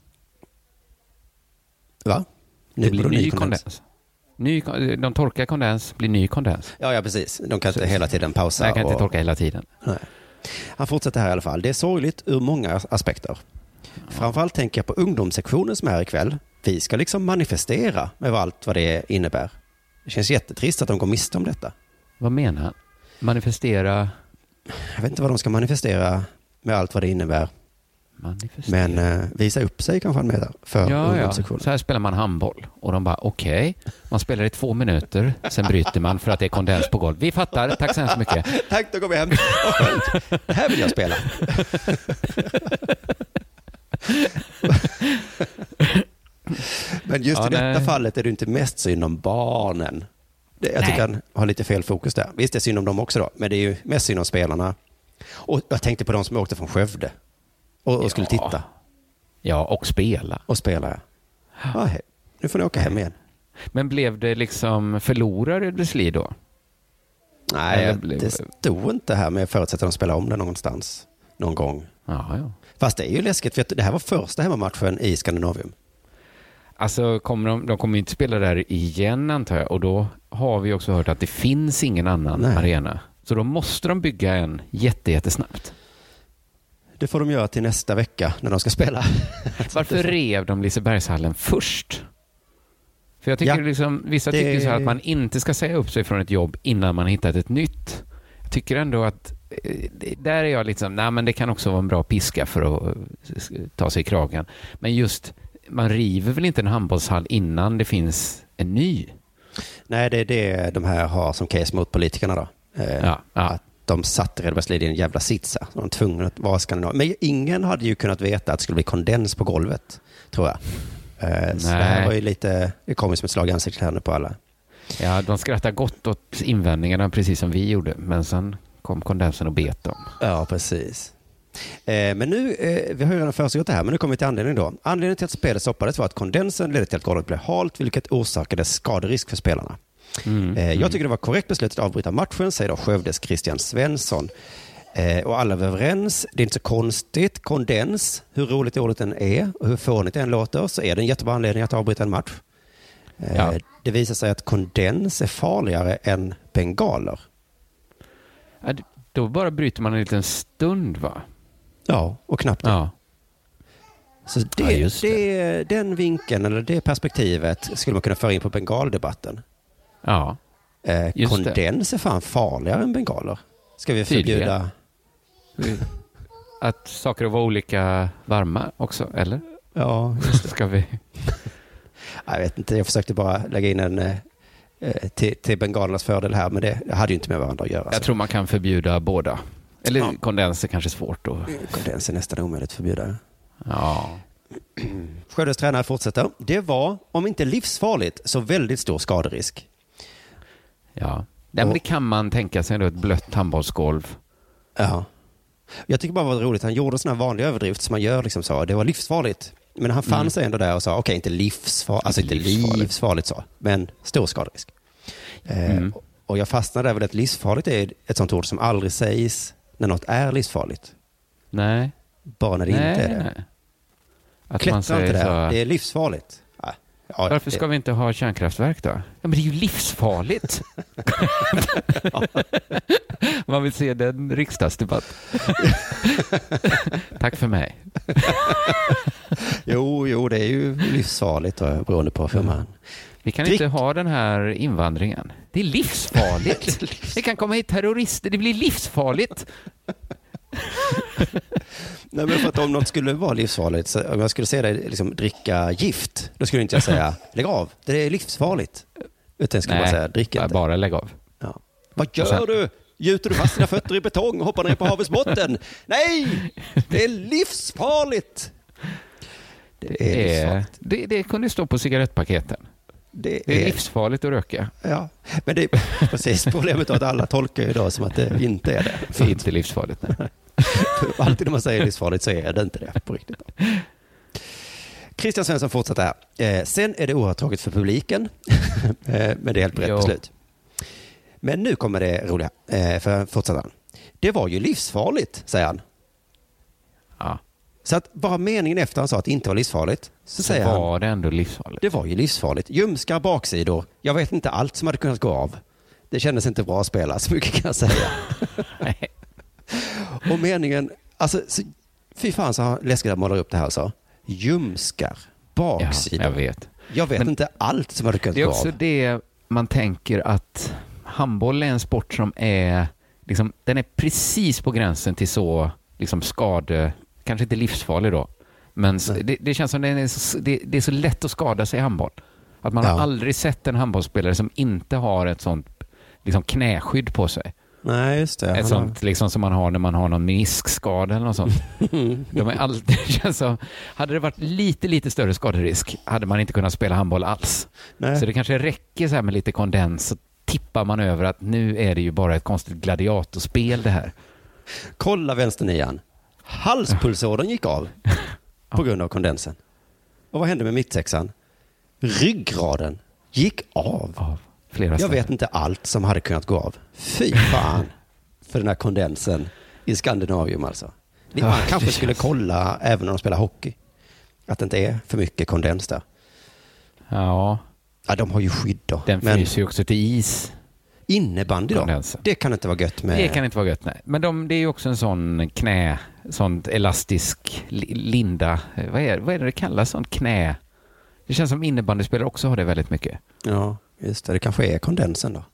Va? Nu det blir ny, ny kondens. kondens. Ny, de torkar kondens, blir ny kondens. Ja, ja, precis. De kan inte hela tiden pausa. Nej, jag kan och... inte torka hela tiden. Nej. Han fortsätter här i alla fall. Det är sorgligt ur många aspekter. Ja. Framförallt tänker jag på ungdomssektionen som är ikväll. Vi ska liksom manifestera med allt vad det innebär. Det känns jättetrist att de går miste om detta. Vad menar han? Manifestera? Jag vet inte vad de ska manifestera med allt vad det innebär. Men eh, visa upp sig kanske han med för ja, ja. Så här spelar man handboll och de bara okej, okay. Man spelar i två minuter, sen bryter man för att det är kondens på golv. Vi fattar, tack så hemskt mycket. Tack, då går vi hem. Det här vill jag spela. Men just ja, i detta nej. fallet är det inte mest synd om barnen. Det, jag nej. tycker han har lite fel fokus där. Visst är det synd om dem också då, men det är ju mest synd om spelarna. Och jag tänkte på de som åkte från Skövde. Och, och skulle ja. titta. Ja, och spela. Och spela, ja. Ah, hej. Nu får ni åka hem igen. Men blev det liksom förlorare det sli då? Nej, blev... det stod inte här, men jag förutsätter att de spelar om det någonstans. Någon gång. Ja, ja. Fast det är ju läskigt, för det här var första hemmamatchen i Skandinavium. Alltså, kommer de, de kommer inte spela där igen antar jag. Och då har vi också hört att det finns ingen annan Nej. arena. Så då måste de bygga en jätte, jättesnabbt. Det får de göra till nästa vecka när de ska spela. Varför rev de Lisebergshallen först? För jag tycker ja, liksom, vissa det... tycker så här att man inte ska säga upp sig från ett jobb innan man hittat ett nytt. Jag tycker ändå att där är jag liksom, nej men det kan också vara en bra piska för att ta sig i kragen. Men just, man river väl inte en handbollshall innan det finns en ny? Nej, det är det de här har som case mot politikerna då. Eh, ja, ja. Att de satt Redbergslid i en jävla sitsa. De var tvungna att vara skandinav. Men ingen hade ju kunnat veta att det skulle bli kondens på golvet, tror jag. Eh, så det här var ju lite, det kom som ett slag i ansiktet här nu på alla. Ja, de skrattar gott åt invändningarna precis som vi gjorde. Men sen kom kondensen och bet dem. Ja, precis. Eh, men nu, eh, vi har ju redan förutsätt det här, men nu kommer vi till anledningen då. Anledningen till att spelet stoppades var att kondensen ledde till att golvet blev halt, vilket orsakade skaderisk för spelarna. Mm, eh, jag mm. tycker det var korrekt beslut att avbryta matchen, säger då Skövdes Christian Svensson. Eh, och alla var överens, det är inte så konstigt. Kondens, hur roligt ordet den är och hur fånigt den låter, så är det en jättebra anledning att avbryta en match. Eh, ja. Det visar sig att kondens är farligare än bengaler. Ja, då bara bryter man en liten stund, va? Ja, och knappt det. Ja. Så det, ja, just det. Det, den vinkeln eller det perspektivet skulle man kunna föra in på bengaldebatten. Ja, eh, kondens är fan farligare än bengaler. Ska vi förbjuda... Att saker var olika varma också, eller? Ja, just det. Ska vi... Jag vet inte, jag försökte bara lägga in en eh, till, till bengalernas fördel här, men det hade ju inte med varandra att göra. Jag så. tror man kan förbjuda båda. Eller ja. kondens är kanske svårt då. Kondens är nästan omöjligt att förbjuda. Ja. Skövdes tränare fortsätter. Det var, om inte livsfarligt, så väldigt stor skaderisk. Ja, ja men det kan man tänka sig då, ett blött handbollsgolv. Ja. Jag tycker bara det var roligt. Han gjorde sån här vanlig överdrift som man gör liksom så. Det var livsfarligt. Men han fann mm. sig ändå där och sa, okej, okay, inte livsfarligt, alltså inte livsfarligt. livsfarligt så, men stor skaderisk. Mm. Eh, och jag fastnade där väl att livsfarligt är ett sånt ord som aldrig sägs när något är livsfarligt. Nej. Bara när det nej, inte är det. Nej. Att Klättra man säger inte där, så... det är livsfarligt. Nej. Ja, Varför ska det... vi inte ha kärnkraftverk då? Ja, men det är ju livsfarligt. Man vill se den riksdagsdebatt. Tack för mig. jo, jo, det är ju livsfarligt då, beroende på hur man... Vi kan Drick. inte ha den här invandringen. Det är livsfarligt. Det kan komma hit terrorister. Det blir livsfarligt. Nej, men för att om något skulle vara livsfarligt, så om jag skulle säga det, liksom, dricka gift, då skulle inte jag säga lägg av, det är livsfarligt. Utan jag skulle Nej, bara säga drick inte. bara lägg av. Ja. Vad gör sen... du? Gjuter du fast dina fötter i betong och hoppar ner på havets botten? Nej, det är livsfarligt. Det, är livsfarligt. Det, det kunde stå på cigarettpaketen. Det är, det är livsfarligt att röka. Ja, men det är precis problemet att alla tolkar ju idag som att det inte är det. Det är inte livsfarligt. Nej. Alltid när man säger livsfarligt så är det inte det på riktigt. Christian Svensson fortsätter här. Eh, sen är det oerhört tråkigt för publiken. eh, men det är helt rätt beslut. Men nu kommer det roliga. Eh, för fortsätter han. Det var ju livsfarligt, säger han. Ja. Så att bara meningen efter han sa att det inte var livsfarligt, så, så säger var han, det ändå livsfarligt. Det var ju livsfarligt. Ljumskar baksidor. Jag vet inte allt som hade kunnat gå av. Det kändes inte bra att spela, så mycket kan jag säga. Och meningen, alltså, så, fy fan så har läskigt att måla upp det här så. Ljumskar baksidor. Ja, jag vet. Jag vet Men inte allt som hade kunnat gå av. Det är också det man tänker att handboll är en sport som är, liksom, den är precis på gränsen till så, liksom, skade, kanske inte livsfarlig då, men det, det känns som det är, så, det, det är så lätt att skada sig i handboll. Att man ja. har aldrig sett en handbollsspelare som inte har ett sånt, liksom, knäskydd på sig. Nej, just det. Ett sånt liksom som man har när man har någon meniskskada eller något sånt. De är alltid, känns som, hade det varit lite, lite större skaderisk hade man inte kunnat spela handboll alls. Nej. Så det kanske räcker så här med lite kondens, så tippar man över att nu är det ju bara ett konstigt gladiatorspel det här. Kolla vänsternian. Halspulsådern gick av på grund av kondensen. Och vad hände med mittsexan? Ryggraden gick av. av flera Jag ställen. vet inte allt som hade kunnat gå av. Fy fan för den här kondensen i Skandinavium alltså. Man Ja, kanske det skulle känns... kolla även när de spelar hockey. Att det inte är för mycket kondens där. Ja. Ja, de har ju skydd då. Den Men fryser ju också till is. Innebandy då? Kondensen. Det kan inte vara gött med... Det kan inte vara gött, nej. Men de, det är ju också en sån knä, sånt elastisk li, linda. Vad är, vad är det det kallas? Sånt knä. Det känns som innebandyspelare också har det väldigt mycket. Ja, just det. Det kanske är kondensen då.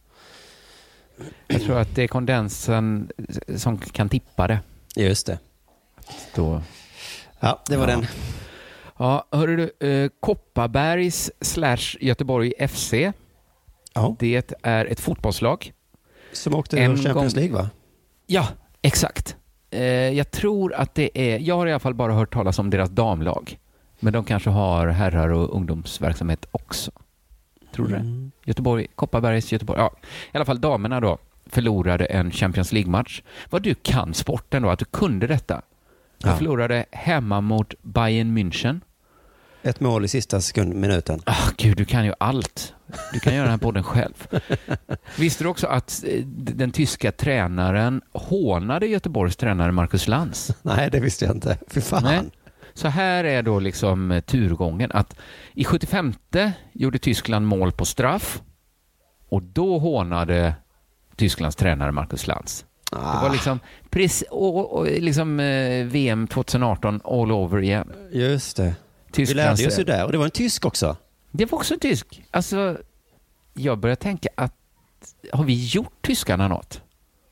Jag tror att det är kondensen som kan tippa det. Just det. Då. Ja, det var ja. den. Ja, hörru du. Eh, Kopparbergs slash Göteborg F C. Ja. Det är ett fotbollslag. Som åkte ur Champions League, va? Ja, exakt. Eh, jag tror att det är... Jag har i alla fall bara hört talas om deras damlag. Men de kanske har herrar och ungdomsverksamhet också. Tror du mm. det? Göteborg, Kopparbergs Göteborg. Ja, i alla fall damerna då förlorade en Champions League-match. Vad du kan sporten då, att du kunde detta. De ja. förlorade hemma mot Bayern München. Ett mål i sista sekundminuten. Ah, gud, du kan ju allt. Du kan göra den här podden själv. Visste du också att den tyska tränaren hånade Göteborgs tränare Marcus Lantz? Nej, det visste jag inte. Fy fan. Nej. Så här är då liksom turgången att i sjuttiofemte gjorde Tyskland mål på straff och då hånade Tysklands tränare Marcus Lantz. Ah. Det var liksom, pres- och, och, liksom eh, V M tjugoarton all over igen. Just det. Tysklands... Vi lärde oss ju där och det var en tysk också. Det var också en tysk. Alltså, jag börjar tänka att har vi gjort tyskarna något?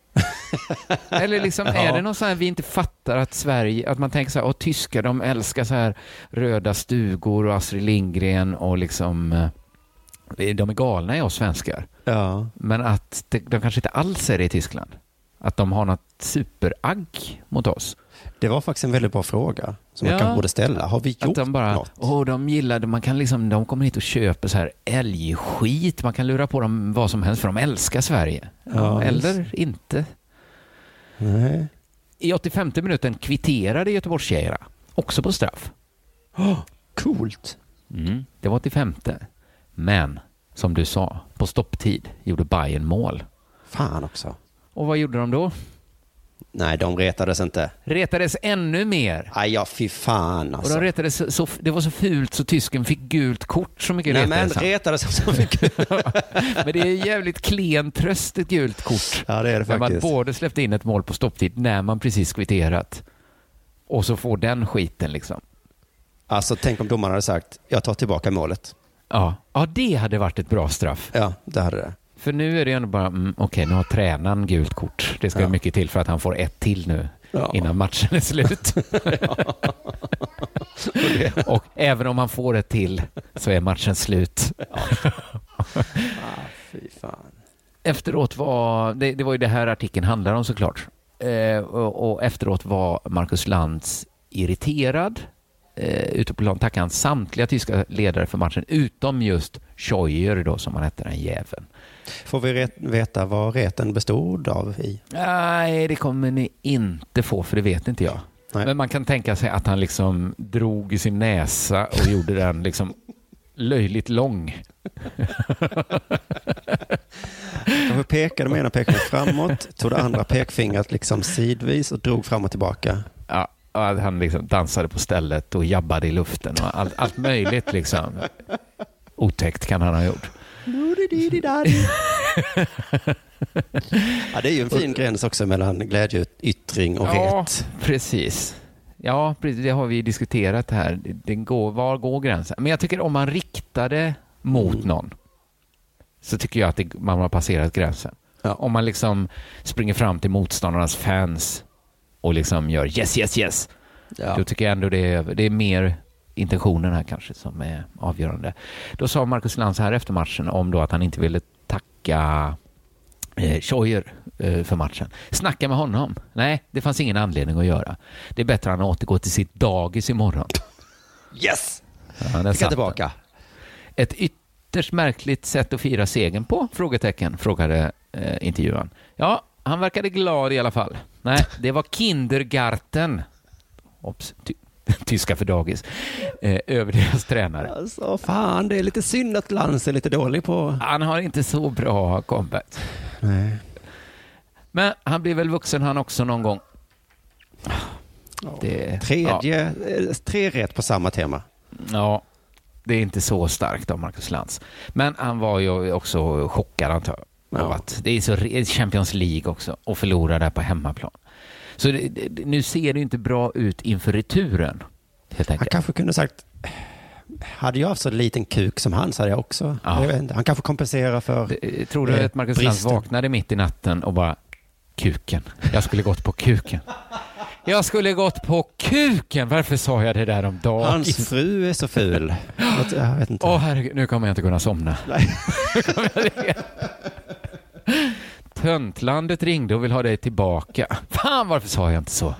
Eller liksom, ja. är det någon sån här vi inte fattar att Sverige, att man tänker så här, åh, tyskar, de älskar så här röda stugor och Astrid Lindgren och liksom, de är galna i oss svenskar. Ja. Men att det, de kanske inte alls är det i Tyskland. Att de har något superagg mot oss. Det var faktiskt en väldigt bra fråga som ja. man kanske borde ställa. Har vi gjort att de bara, något? Åh, de gillade, man kan liksom, de kommer hit och köper så här älgskit. Man kan lura på dem vad som helst för de älskar Sverige. Ja, ja, eller inte. Nej. I åttiofemte minuten kvitterade Göteborgstjejerna också på straff. Oh, coolt. Mm, det var åttiofemte. Men, som du sa, på stopptid gjorde Bayern mål. Fan också. Och vad gjorde de då? Nej, de retades inte. Retades ännu mer. Aj, ja, fy fan alltså. Och de retades så, så, det var så fult så tysken fick gult kort så mycket. Nej, retades men retades så mycket. Men det är jävligt klen tröst, ett gult kort. Ja, det är det faktiskt. När man både släppte in ett mål på stopptid när man precis kvitterat och så får den skiten liksom. Alltså, tänk om domaren hade sagt, jag tar tillbaka målet. Ja, ja det hade varit ett bra straff. Ja, det hade det. För nu är det ändå bara, mm, okej, okay, nu har tränaren gult kort. Det ska ja. mycket till för att han får ett till nu ja. innan matchen är slut. och, och även om han får ett till så är matchen slut. Ja. ah, fy fan. Efteråt var, det, det var ju det här artikeln handlar om såklart. Eh, och, och efteråt var Marcus Lantz irriterad. Eh, ute på plan tackade han samtliga tyska ledare för matchen utom just Scheuer då, som han hette, den jäveln. Får vi ret- veta vad reten bestod av i? Nej, det kommer ni inte få, för det vet inte jag. Nej. Men man kan tänka sig att han liksom drog i sin näsa och gjorde den liksom löjligt lång. Han pekade med ena pekfingret framåt, tog det andra pekfingret liksom sidvis och drog fram och tillbaka. Ja. Han liksom dansade på stället och jabbade i luften och allt, allt möjligt liksom. Otäckt kan han ha gjort. Ja, det är ju en fin gräns också mellan glädjeyttring och ja, ret. Precis. Ja, precis. Det har vi diskuterat här. Det går, var går gränsen? Men jag tycker om man riktade mot mm. någon så tycker jag att det, man har passerat gränsen. Ja. Om man liksom springer fram till motståndarnas fans och liksom gör yes, yes, yes. Ja. Då tycker jag ändå det är, det är mer intentionen här kanske som är avgörande. Då sa Marcus Lantz här efter matchen om då att han inte ville tacka eh, Scheuer eh, för matchen. Snacka med honom. Nej, det fanns ingen anledning att göra. Det är bättre att han återgår till sitt dagis imorgon. Yes! Ja, vi ska tillbaka. Ett ytterst märkligt sätt att fira segern på, frågetecken, frågade eh, intervjuaren. Ja, han verkade glad i alla fall. Nej, det var Kindergarten. Ops, ty- tyska för dagis. Eh, över deras tränare. Alltså, fan, det är lite synd att Lantz är lite dålig på... Han har inte så bra combat. Nej. Men han blir väl vuxen han också någon gång. Det, Tredje, ja. Tre rätt på samma tema. Ja, det är inte så starkt av Marcus Lantz. Men han var ju också chockad antar jag. Ja. Att det är så Champions League också och förlorar där på hemmaplan. Så det, det, nu ser det inte bra ut inför returen. Helt enkelt. Han kanske kunde sagt, hade jag haft så liten kuk som han så hade jag också. Ja. Jag vet inte. Han kanske kompenserar för det, tror du att Marcus Lantz vaknade mitt i natten och bara kuken. Jag skulle gått på kuken. Jag skulle gått på kuken. Varför sa jag det där om dagen? Hans fru är så ful. Jag vet inte. Åh herregud, nu kommer jag inte kunna somna. Nej. Töntlandet ringde och vill ha dig tillbaka. Fan, varför sa jag inte så?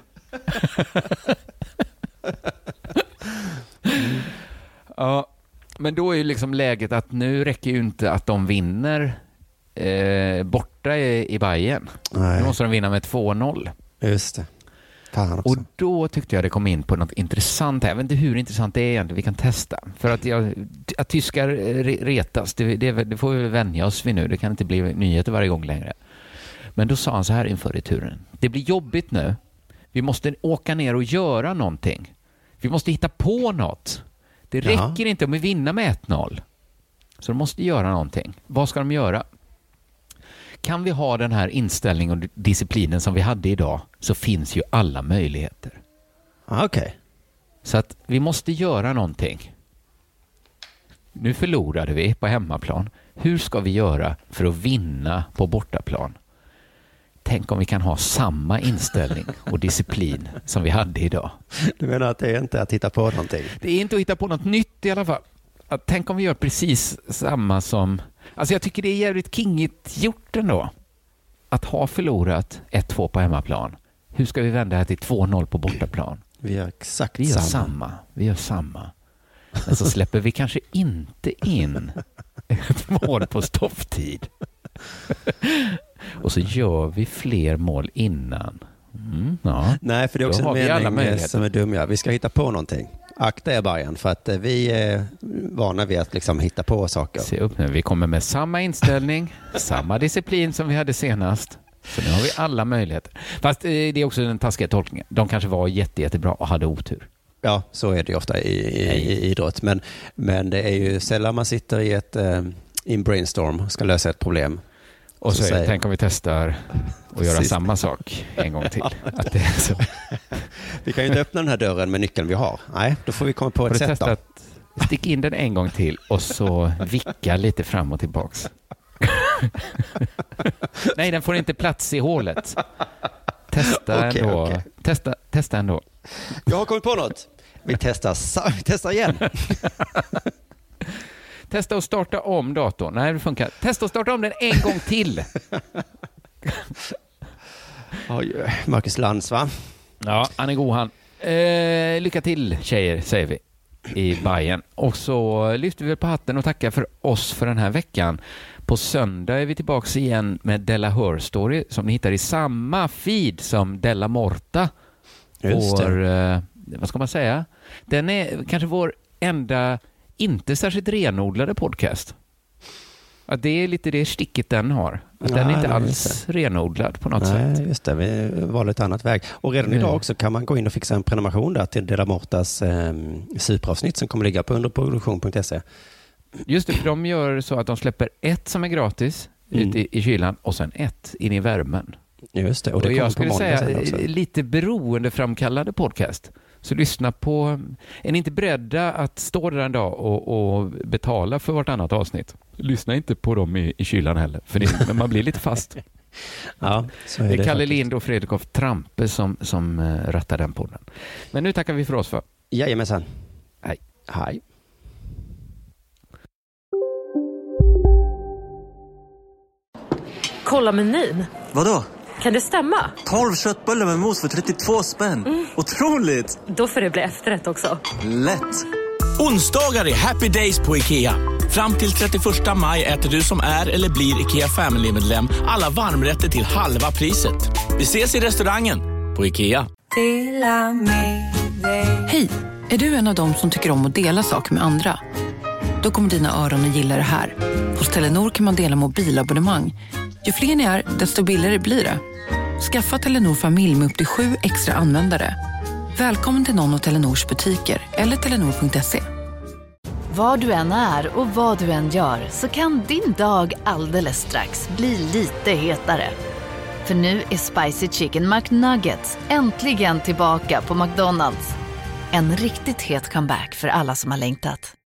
mm. Ja, men då är ju liksom läget att nu räcker ju inte att de vinner eh, borta i, i Bayern. Nej. Nu måste de vinna med två noll. Just det. Fan också. Och då tyckte jag det kom in på något intressant. Jag vet inte hur intressant det är egentligen. Vi kan testa. För att, jag, att tyskar retas, det, det, det får vi vänja oss vid nu. Det kan inte bli nyheter varje gång längre. Men då sa han så här inför returen. Det blir jobbigt nu. Vi måste åka ner och göra någonting. Vi måste hitta på något. Det räcker Jaha. inte om vi vinner med ett noll. Så de måste göra någonting. Vad ska de göra? Kan vi ha den här inställningen och disciplinen som vi hade idag så finns ju alla möjligheter. Okej. Okay. Så att vi måste göra någonting. Nu förlorade vi på hemmaplan. Hur ska vi göra för att vinna på bortaplan? Tänk om vi kan ha samma inställning och disciplin som vi hade idag. Du menar att det är inte att hitta på någonting? Det är inte att hitta på något nytt i alla fall. Att tänk om vi gör precis samma som... Alltså jag tycker det är jävligt kingigt gjort ändå. Att ha förlorat ett två på hemmaplan. Hur ska vi vända det här till två noll på bortaplan? Vi gör exakt vi gör samma. samma. Vi gör samma. Men så släpper vi kanske inte in ett mål på stofftid. Och så gör vi fler mål innan. Mm, ja. Nej, för det är också en mening som är dum. Ja. Vi ska hitta på någonting. Akta er Bayern, för att vi är vana vid att liksom hitta på saker. Se upp nu, vi kommer med samma inställning, samma disciplin som vi hade senast. Så nu har vi alla möjligheter. Fast eh, det är också den taskiga tolkningen. De kanske var jätte, jättebra och hade otur. Ja, så är det ju ofta i, i, i idrott. Men, men det är ju sällan man sitter i, ett, eh, i en brainstorm och ska lösa ett problem. Och så, så säger, tänk om vi testar och göra Precis. samma sak en gång till. Att det är så. Vi kan ju inte öppna den här dörren med nyckeln vi har. Nej, då får vi komma på ett Har du sätt testat? då. Stick in den en gång till och så vicka lite fram och tillbaks. Nej, den får inte plats i hålet. Testa Okej, ändå. okej. Testa, testa ändå. Jag har kommit på något. Vi testar, sa- vi testar igen. Testa att starta om datorn. Nej, det funkar. Testa att starta om den en gång till. Oj, Marcus Lantz, va? Ja, han är god han. Eh, lycka till, tjejer, säger vi i Bayern. Och så lyfter vi på hatten och tackar för oss för den här veckan. På söndag är vi tillbaka igen med Della Hör Story som ni hittar i samma feed som Della Morta. Just det. Vår, eh, vad ska man säga? Den är kanske vår enda inte särskilt renodlade podcast. Ja, det är lite det sticket den har. Att den är inte alls renodlad på något Nej, sätt. just det. Vi valde ett annat väg. Och redan idag också kan man gå in och fixa en prenumeration där till Della Mortas eh, superavsnitt som kommer ligga på underproduktion punkt se. Just det, för de gör så att de släpper ett som är gratis Mm. ut i, i kylan och sen ett in i värmen. Just det. Och det Och kommer jag på skulle måndag säga sen också. lite beroendeframkallande podcast. Så lyssna på, är ni inte beredda att stå där en dag och, och betala för vartannat avsnitt? Lyssna inte på dem i, i kylan heller, för det, men man blir lite fast. Ja, så är det är det Kalle faktiskt. Lind och Fredrik af Trampe som, som uh, rattar den podden. Men nu tackar vi för oss för. Jajamensan. Hej. Hej. Kolla menyn. Vadå? Kan det stämma? tolv köttbullar med mos för trettiotvå spänn. Mm. Otroligt! Då får det bli efterrätt också. Lätt! Onsdagar är happy days på IKEA. Fram till trettioförsta maj äter du som är eller blir IKEA Family-medlem alla varmrätter till halva priset. Vi ses i restaurangen på IKEA. Hej, är du en av dem som tycker om att dela saker med andra? Då kommer dina öron att gilla det här. Hos Telenor kan man dela mobilabonnemang. Ju fler ni är, desto billigare blir det. Skaffa Telenor familj med upp till sju extra användare. Välkommen till någon av Telenors butiker eller telenor punkt se. Var du än är och vad du än gör så kan din dag alldeles strax bli lite hetare. För nu är Spicy Chicken McNuggets äntligen tillbaka på McDonald's. En riktigt het comeback för alla som har längtat.